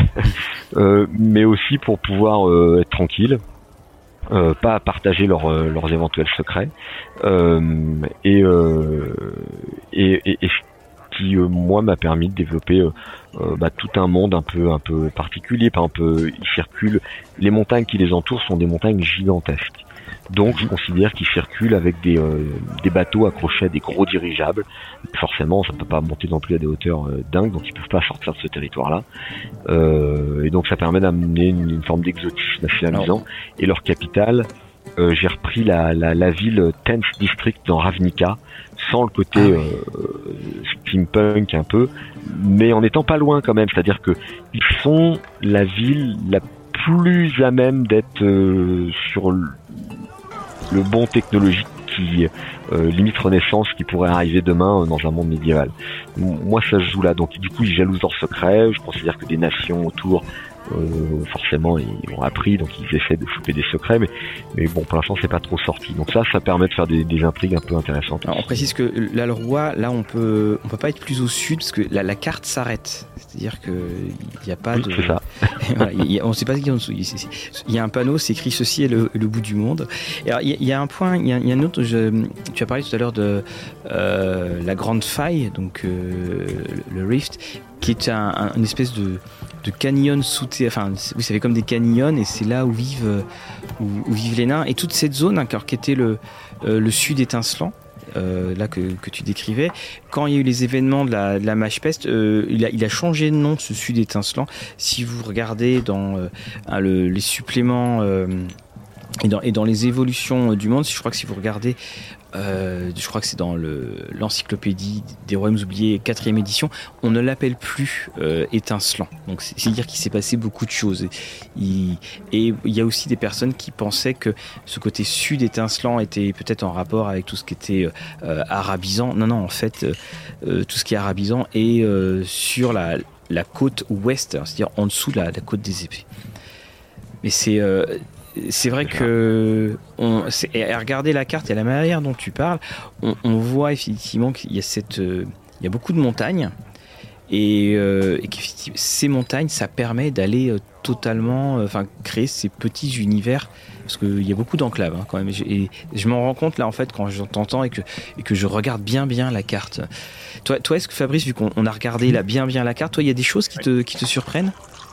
euh, mais aussi pour pouvoir euh, être tranquilles. Euh, pas à partager leur, euh, leurs éventuels secrets euh, et, euh, et, et, et ce qui euh, moi m'a permis de développer euh, euh, bah, tout un monde un peu un peu particulier. Par exemple, ils circulent, les montagnes qui les entourent sont des montagnes gigantesques. Donc je considère qu'ils circulent avec des, euh, des bateaux accrochés à des gros dirigeables. Forcément, ça ne peut pas monter non plus à des hauteurs euh, dingues, donc ils peuvent pas sortir de ce territoire-là. Euh, et donc ça permet d'amener une, une forme d'exotisme assez amusant. Alors. Et leur capitale, euh, j'ai repris la, la, la ville Tenth District dans Ravnica, sans le côté ah, oui. euh, steampunk un peu, mais en étant pas loin quand même. C'est-à-dire que ils sont la ville la plus à même d'être euh, sur le le bon technologique qui euh, limite Renaissance qui pourrait arriver demain euh, dans un monde médiéval. Moi ça se joue là, donc du coup ils jalousent leurs secrets. Je considère que des nations autour euh, forcément ils ont appris, donc ils essaient de choper des secrets, mais, mais bon pour l'instant c'est pas trop sorti, donc ça ça permet de faire des, des intrigues un peu intéressantes. Alors, on précise que là le roi, là on peut on peut pas être plus au sud parce que la, la carte s'arrête, c'est-à-dire que il y a pas oui, de c'est ça. Voilà, y a, on sait pas ce qu'il y a en dessous, il y a un panneau, c'est écrit ceci est le, le bout du monde. Et alors, il, y a, il y a un point, il y a, il y a un autre, je, tu as parlé tout à l'heure de euh, la grande faille, donc euh, le Rift, qui est un, un, une espèce de de canyon sous-terre, enfin oui, ça fait comme des canyons et c'est là où vivent où, où vivent les nains, et toute cette zone hein, qui était le euh, le sud étincelant. Euh, là que, que tu décrivais, quand il y a eu les événements de la, de la mâche peste, euh, il, a, il a changé de nom, ce sud étincelant. Si vous regardez dans euh, hein, le, les suppléments euh, et, dans, et dans les évolutions du monde, je crois que si vous regardez Euh, je crois que c'est dans le, l'encyclopédie des royaumes oubliés quatrième édition, on ne l'appelle plus euh, étincelant, donc c'est, c'est dire qu'il s'est passé beaucoup de choses. Il, et il y a aussi des personnes qui pensaient que ce côté sud étincelant était peut-être en rapport avec tout ce qui était euh, arabisant. Non non, en fait euh, tout ce qui est arabisant est euh, sur la, la côte ouest, c'est-à-dire en dessous de la, la côte des épées. Mais c'est euh, c'est vrai que on, c'est, et regarder la carte et la manière dont tu parles, on, on voit effectivement qu'il y a cette, euh, il y a beaucoup de montagnes et, euh, et que ces montagnes, ça permet d'aller euh, totalement, enfin euh, créer ces petits univers parce qu'il y a beaucoup d'enclaves hein, quand même. Et je m'en rends compte là en fait quand je t'entends et que et que je regarde bien bien la carte. Toi, toi, est-ce que Fabrice, vu qu'on on a regardé là bien bien la carte, toi, il y a des choses qui te qui te surprennent?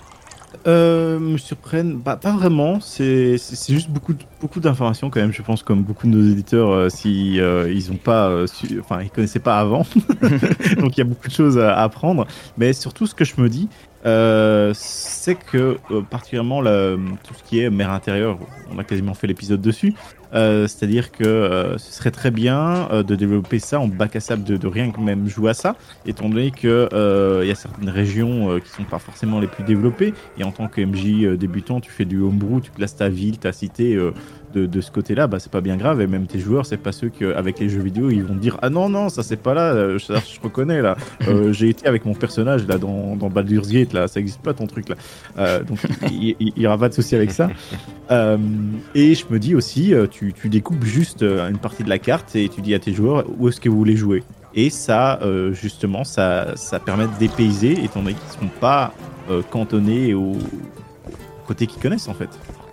Euh, me surprennent, bah, pas vraiment. C'est, c'est, c'est juste beaucoup, de, beaucoup d'informations quand même. Je pense comme beaucoup de nos éditeurs, euh, si euh, ils ont pas, euh, su, enfin ils connaissaient pas avant, donc il y a beaucoup de choses à apprendre. Mais surtout, ce que je me dis, euh, c'est que euh, particulièrement la, tout ce qui est mer intérieure, on a quasiment fait l'épisode dessus. Euh, c'est-à-dire que euh, ce serait très bien euh, de développer ça en bac à sable, de, de rien que même jouer à ça, étant donné que euh, y a certaines régions euh, qui sont pas forcément les plus développées, et en tant que M J euh, débutant, tu fais du homebrew, tu places ta ville, ta cité euh, de, de ce côté-là, bah c'est pas bien grave, et même tes joueurs, c'est pas ceux qui avec les jeux vidéo, ils vont te dire ah non non ça c'est pas là, ça, je reconnais là, euh, j'ai été avec mon personnage là dans, dans Baldur's Gate là, ça existe pas ton truc là, euh, donc il y, y aura pas de souci avec ça. Euh, et je me dis aussi, euh, tu, tu découpes juste euh, une partie de la carte et tu dis à tes joueurs où est-ce que vous voulez jouer. Et ça, euh, justement, ça, ça permet de dépayser, étant donné qu'ils ne seront pas euh, cantonnés au côté qu'ils connaissent, en fait.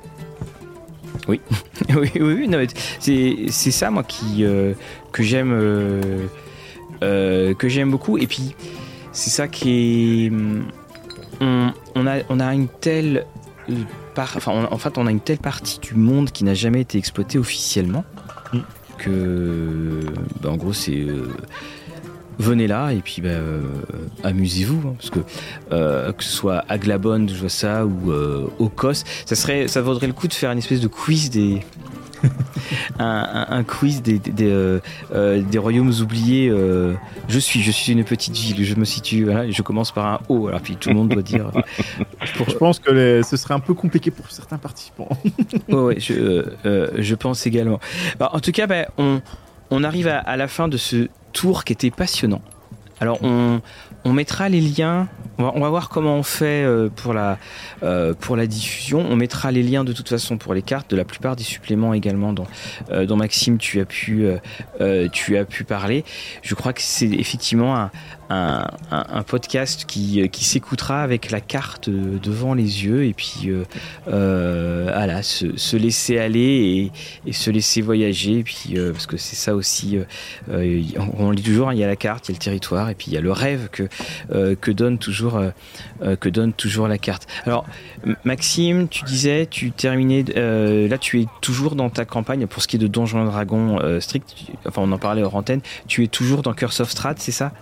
Oui, oui, oui, oui non, c'est, c'est ça, moi, qui, euh, que j'aime, euh, euh, que j'aime beaucoup. Et puis, c'est ça qui est... On, on, a, on a une telle... Par, enfin, on, en fait, on a une telle partie du monde qui n'a jamais été exploitée officiellement mm. que, bah, en gros, c'est euh, venez là et puis bah, euh, amusez-vous, hein, parce que euh, que ce soit Aglabon de jouer ça ou euh, Okos, ça serait, ça vaudrait le coup de faire une espèce de quiz des un, un, un quiz des des, des, euh, euh, des royaumes oubliés. Euh, je suis je suis une petite ville, je me situe, voilà, je commence par un O, alors puis tout le monde doit dire. Pour... Je pense que les, ce serait un peu compliqué pour certains participants. ouais, ouais, je euh, euh, je pense également. Bah, en tout cas, bah, on on arrive à, à la fin de ce tour qui était passionnant. Alors on on mettra les liens. On va, on va voir comment on fait euh, pour la euh, pour la diffusion. On mettra les liens de toute façon pour les cartes, de la plupart des suppléments également dont, euh, dont Maxime tu as pu euh, euh, tu as pu parler. Je crois que c'est effectivement un un, un, un podcast qui qui s'écoutera avec la carte devant les yeux et puis euh, euh, voilà, se, se laisser aller et, et se laisser voyager. Et puis euh, parce que c'est ça aussi. Euh, on, on lit toujours, hein, il y a la carte, il y a le territoire et puis il y a le rêve que euh, que donne toujours Euh, que donne toujours la carte. Alors Maxime, tu disais, tu terminais, euh, là tu es toujours dans ta campagne pour ce qui est de Donjons et Dragons euh, strict, tu, enfin on en parlait hors antenne, tu es toujours dans Curse of Strahd, c'est ça?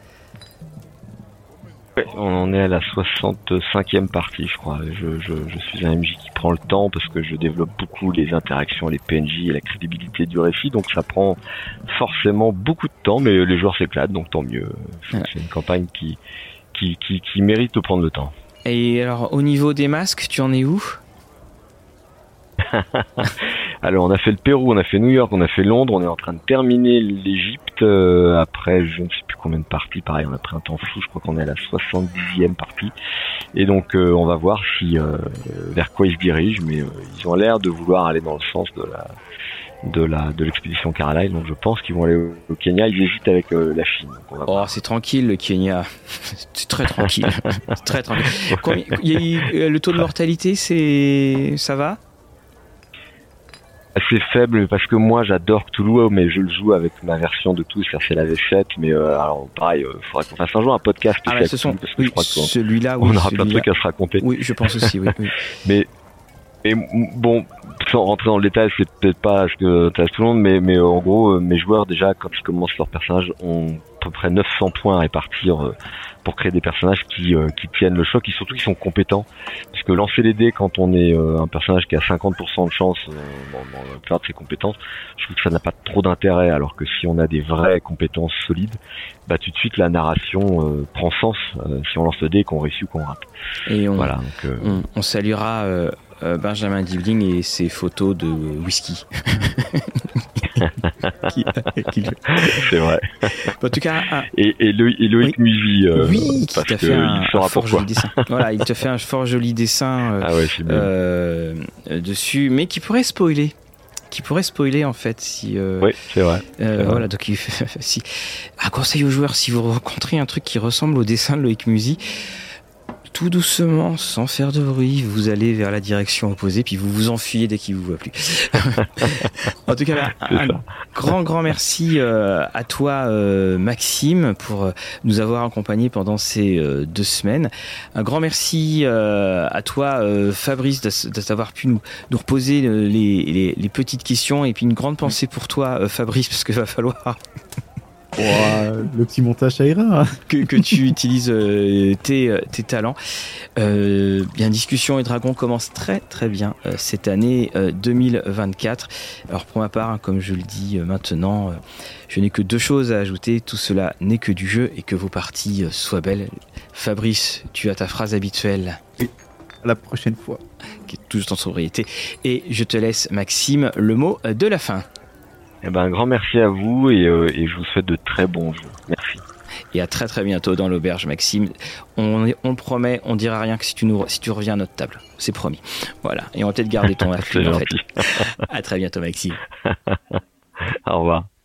Ouais, on en est à la soixante-cinquième partie, je crois. Je, je, je suis un M J qui prend le temps parce que je développe beaucoup les interactions, les P N J et la crédibilité du récit, donc ça prend forcément beaucoup de temps, mais les joueurs s'éclatent, donc tant mieux. C'est ouais. une campagne qui Qui, qui, qui mérite de prendre le temps. Et alors, au niveau des masques, tu en es où? Alors, on a fait le Pérou, on a fait New York, on a fait Londres, on est en train de terminer l'Égypte. Euh, après, je ne sais plus combien de parties. Pareil, on a pris un temps fou, je crois qu'on est à la soixante-dixième partie. Et donc, euh, on va voir si euh, vers quoi ils se dirigent, mais euh, ils ont l'air de vouloir aller dans le sens de la de la de l'expédition Carlyle, donc je pense qu'ils vont aller au, au Kenya. Ils hésitent avec euh, la Chine. Donc on va oh, voir. C'est tranquille le Kenya, c'est très tranquille, c'est très tranquille. Combien, y a eu, le taux de mortalité, c'est ça va? Assez faible parce que moi j'adore Cthulhu, mais je le joue avec ma version de tout, c'est la V sept, mais euh, alors pareil, il euh, faudrait qu'on fasse un jour un podcast. Ah bah, ce sont, parce que oui, je crois celui-là, on oui, aura plein de trucs à se raconter. Oui, je pense aussi, oui. oui. mais mais bon, sans rentrer dans le détail, c'est peut-être pas ce que intéresse tout le monde, mais mais en gros, mes joueurs déjà quand ils commencent leur personnage ont à peu près neuf cents points à répartir euh, pour créer des personnages qui euh, qui tiennent le choc et surtout qui sont compétents. Parce que lancer les dés quand on est euh, un personnage qui a cinquante pour cent de chance euh, dans, dans la plupart de ses compétences, je trouve que ça n'a pas trop d'intérêt. Alors que si on a des vraies compétences solides, bah tout de suite la narration euh, prend sens euh, si on lance le dé, qu'on réussit ou qu'on rate. Et on, voilà, donc, euh... on, on saluera euh, euh, Benjamin Dibling et ses photos de whisky. qui, qui... C'est vrai. En tout cas, un... et, et, Lo- et Loïc oui. Musy, euh, oui, qui t'a fait un, un fort joli dessin. Voilà, il te fait un fort joli dessin euh, ah ouais, c'est bien. Euh, dessus, mais qui pourrait spoiler. Qui pourrait spoiler en fait si. Euh, oui, c'est vrai. Euh, c'est voilà, vrai. donc il si. Un conseil aux joueurs, si vous rencontrez un truc qui ressemble au dessin de Loïc Musy, tout doucement, sans faire de bruit, vous allez vers la direction opposée, puis vous vous enfuyez dès qu'il vous voit plus. En tout cas, un, un grand, grand merci euh, à toi, euh, Maxime, pour euh, nous avoir accompagnés pendant ces euh, deux semaines. Un grand merci euh, à toi, euh, Fabrice, de, de t'avoir pu nous, nous reposer les, les, les petites questions, et puis une grande pensée pour toi, euh, Fabrice, parce qu'il va falloir... Oh, le petit montage, ça ira. Hein. Que, que tu utilises euh, tes, tes talents. Euh, bien, Discussion et Dragon commence très très bien euh, cette année euh, deux mille vingt-quatre. Alors pour ma part, hein, comme je le dis euh, maintenant, euh, je n'ai que deux choses à ajouter. Tout cela n'est que du jeu et que vos parties euh, soient belles. Fabrice, tu as ta phrase habituelle. Oui, à la prochaine fois. Qui est toujours en sobriété. Et je te laisse, Maxime, le mot de la fin. Eh ben, un grand merci à vous et, euh, et je vous souhaite de très bons jeux. Merci. Et à très très bientôt dans l'auberge, Maxime. On, on le promet, on dira rien que si tu, nous, si tu reviens à notre table. C'est promis. Voilà. Et on va peut-être garder ton acte en fait. À très bientôt, Maxime. Au revoir.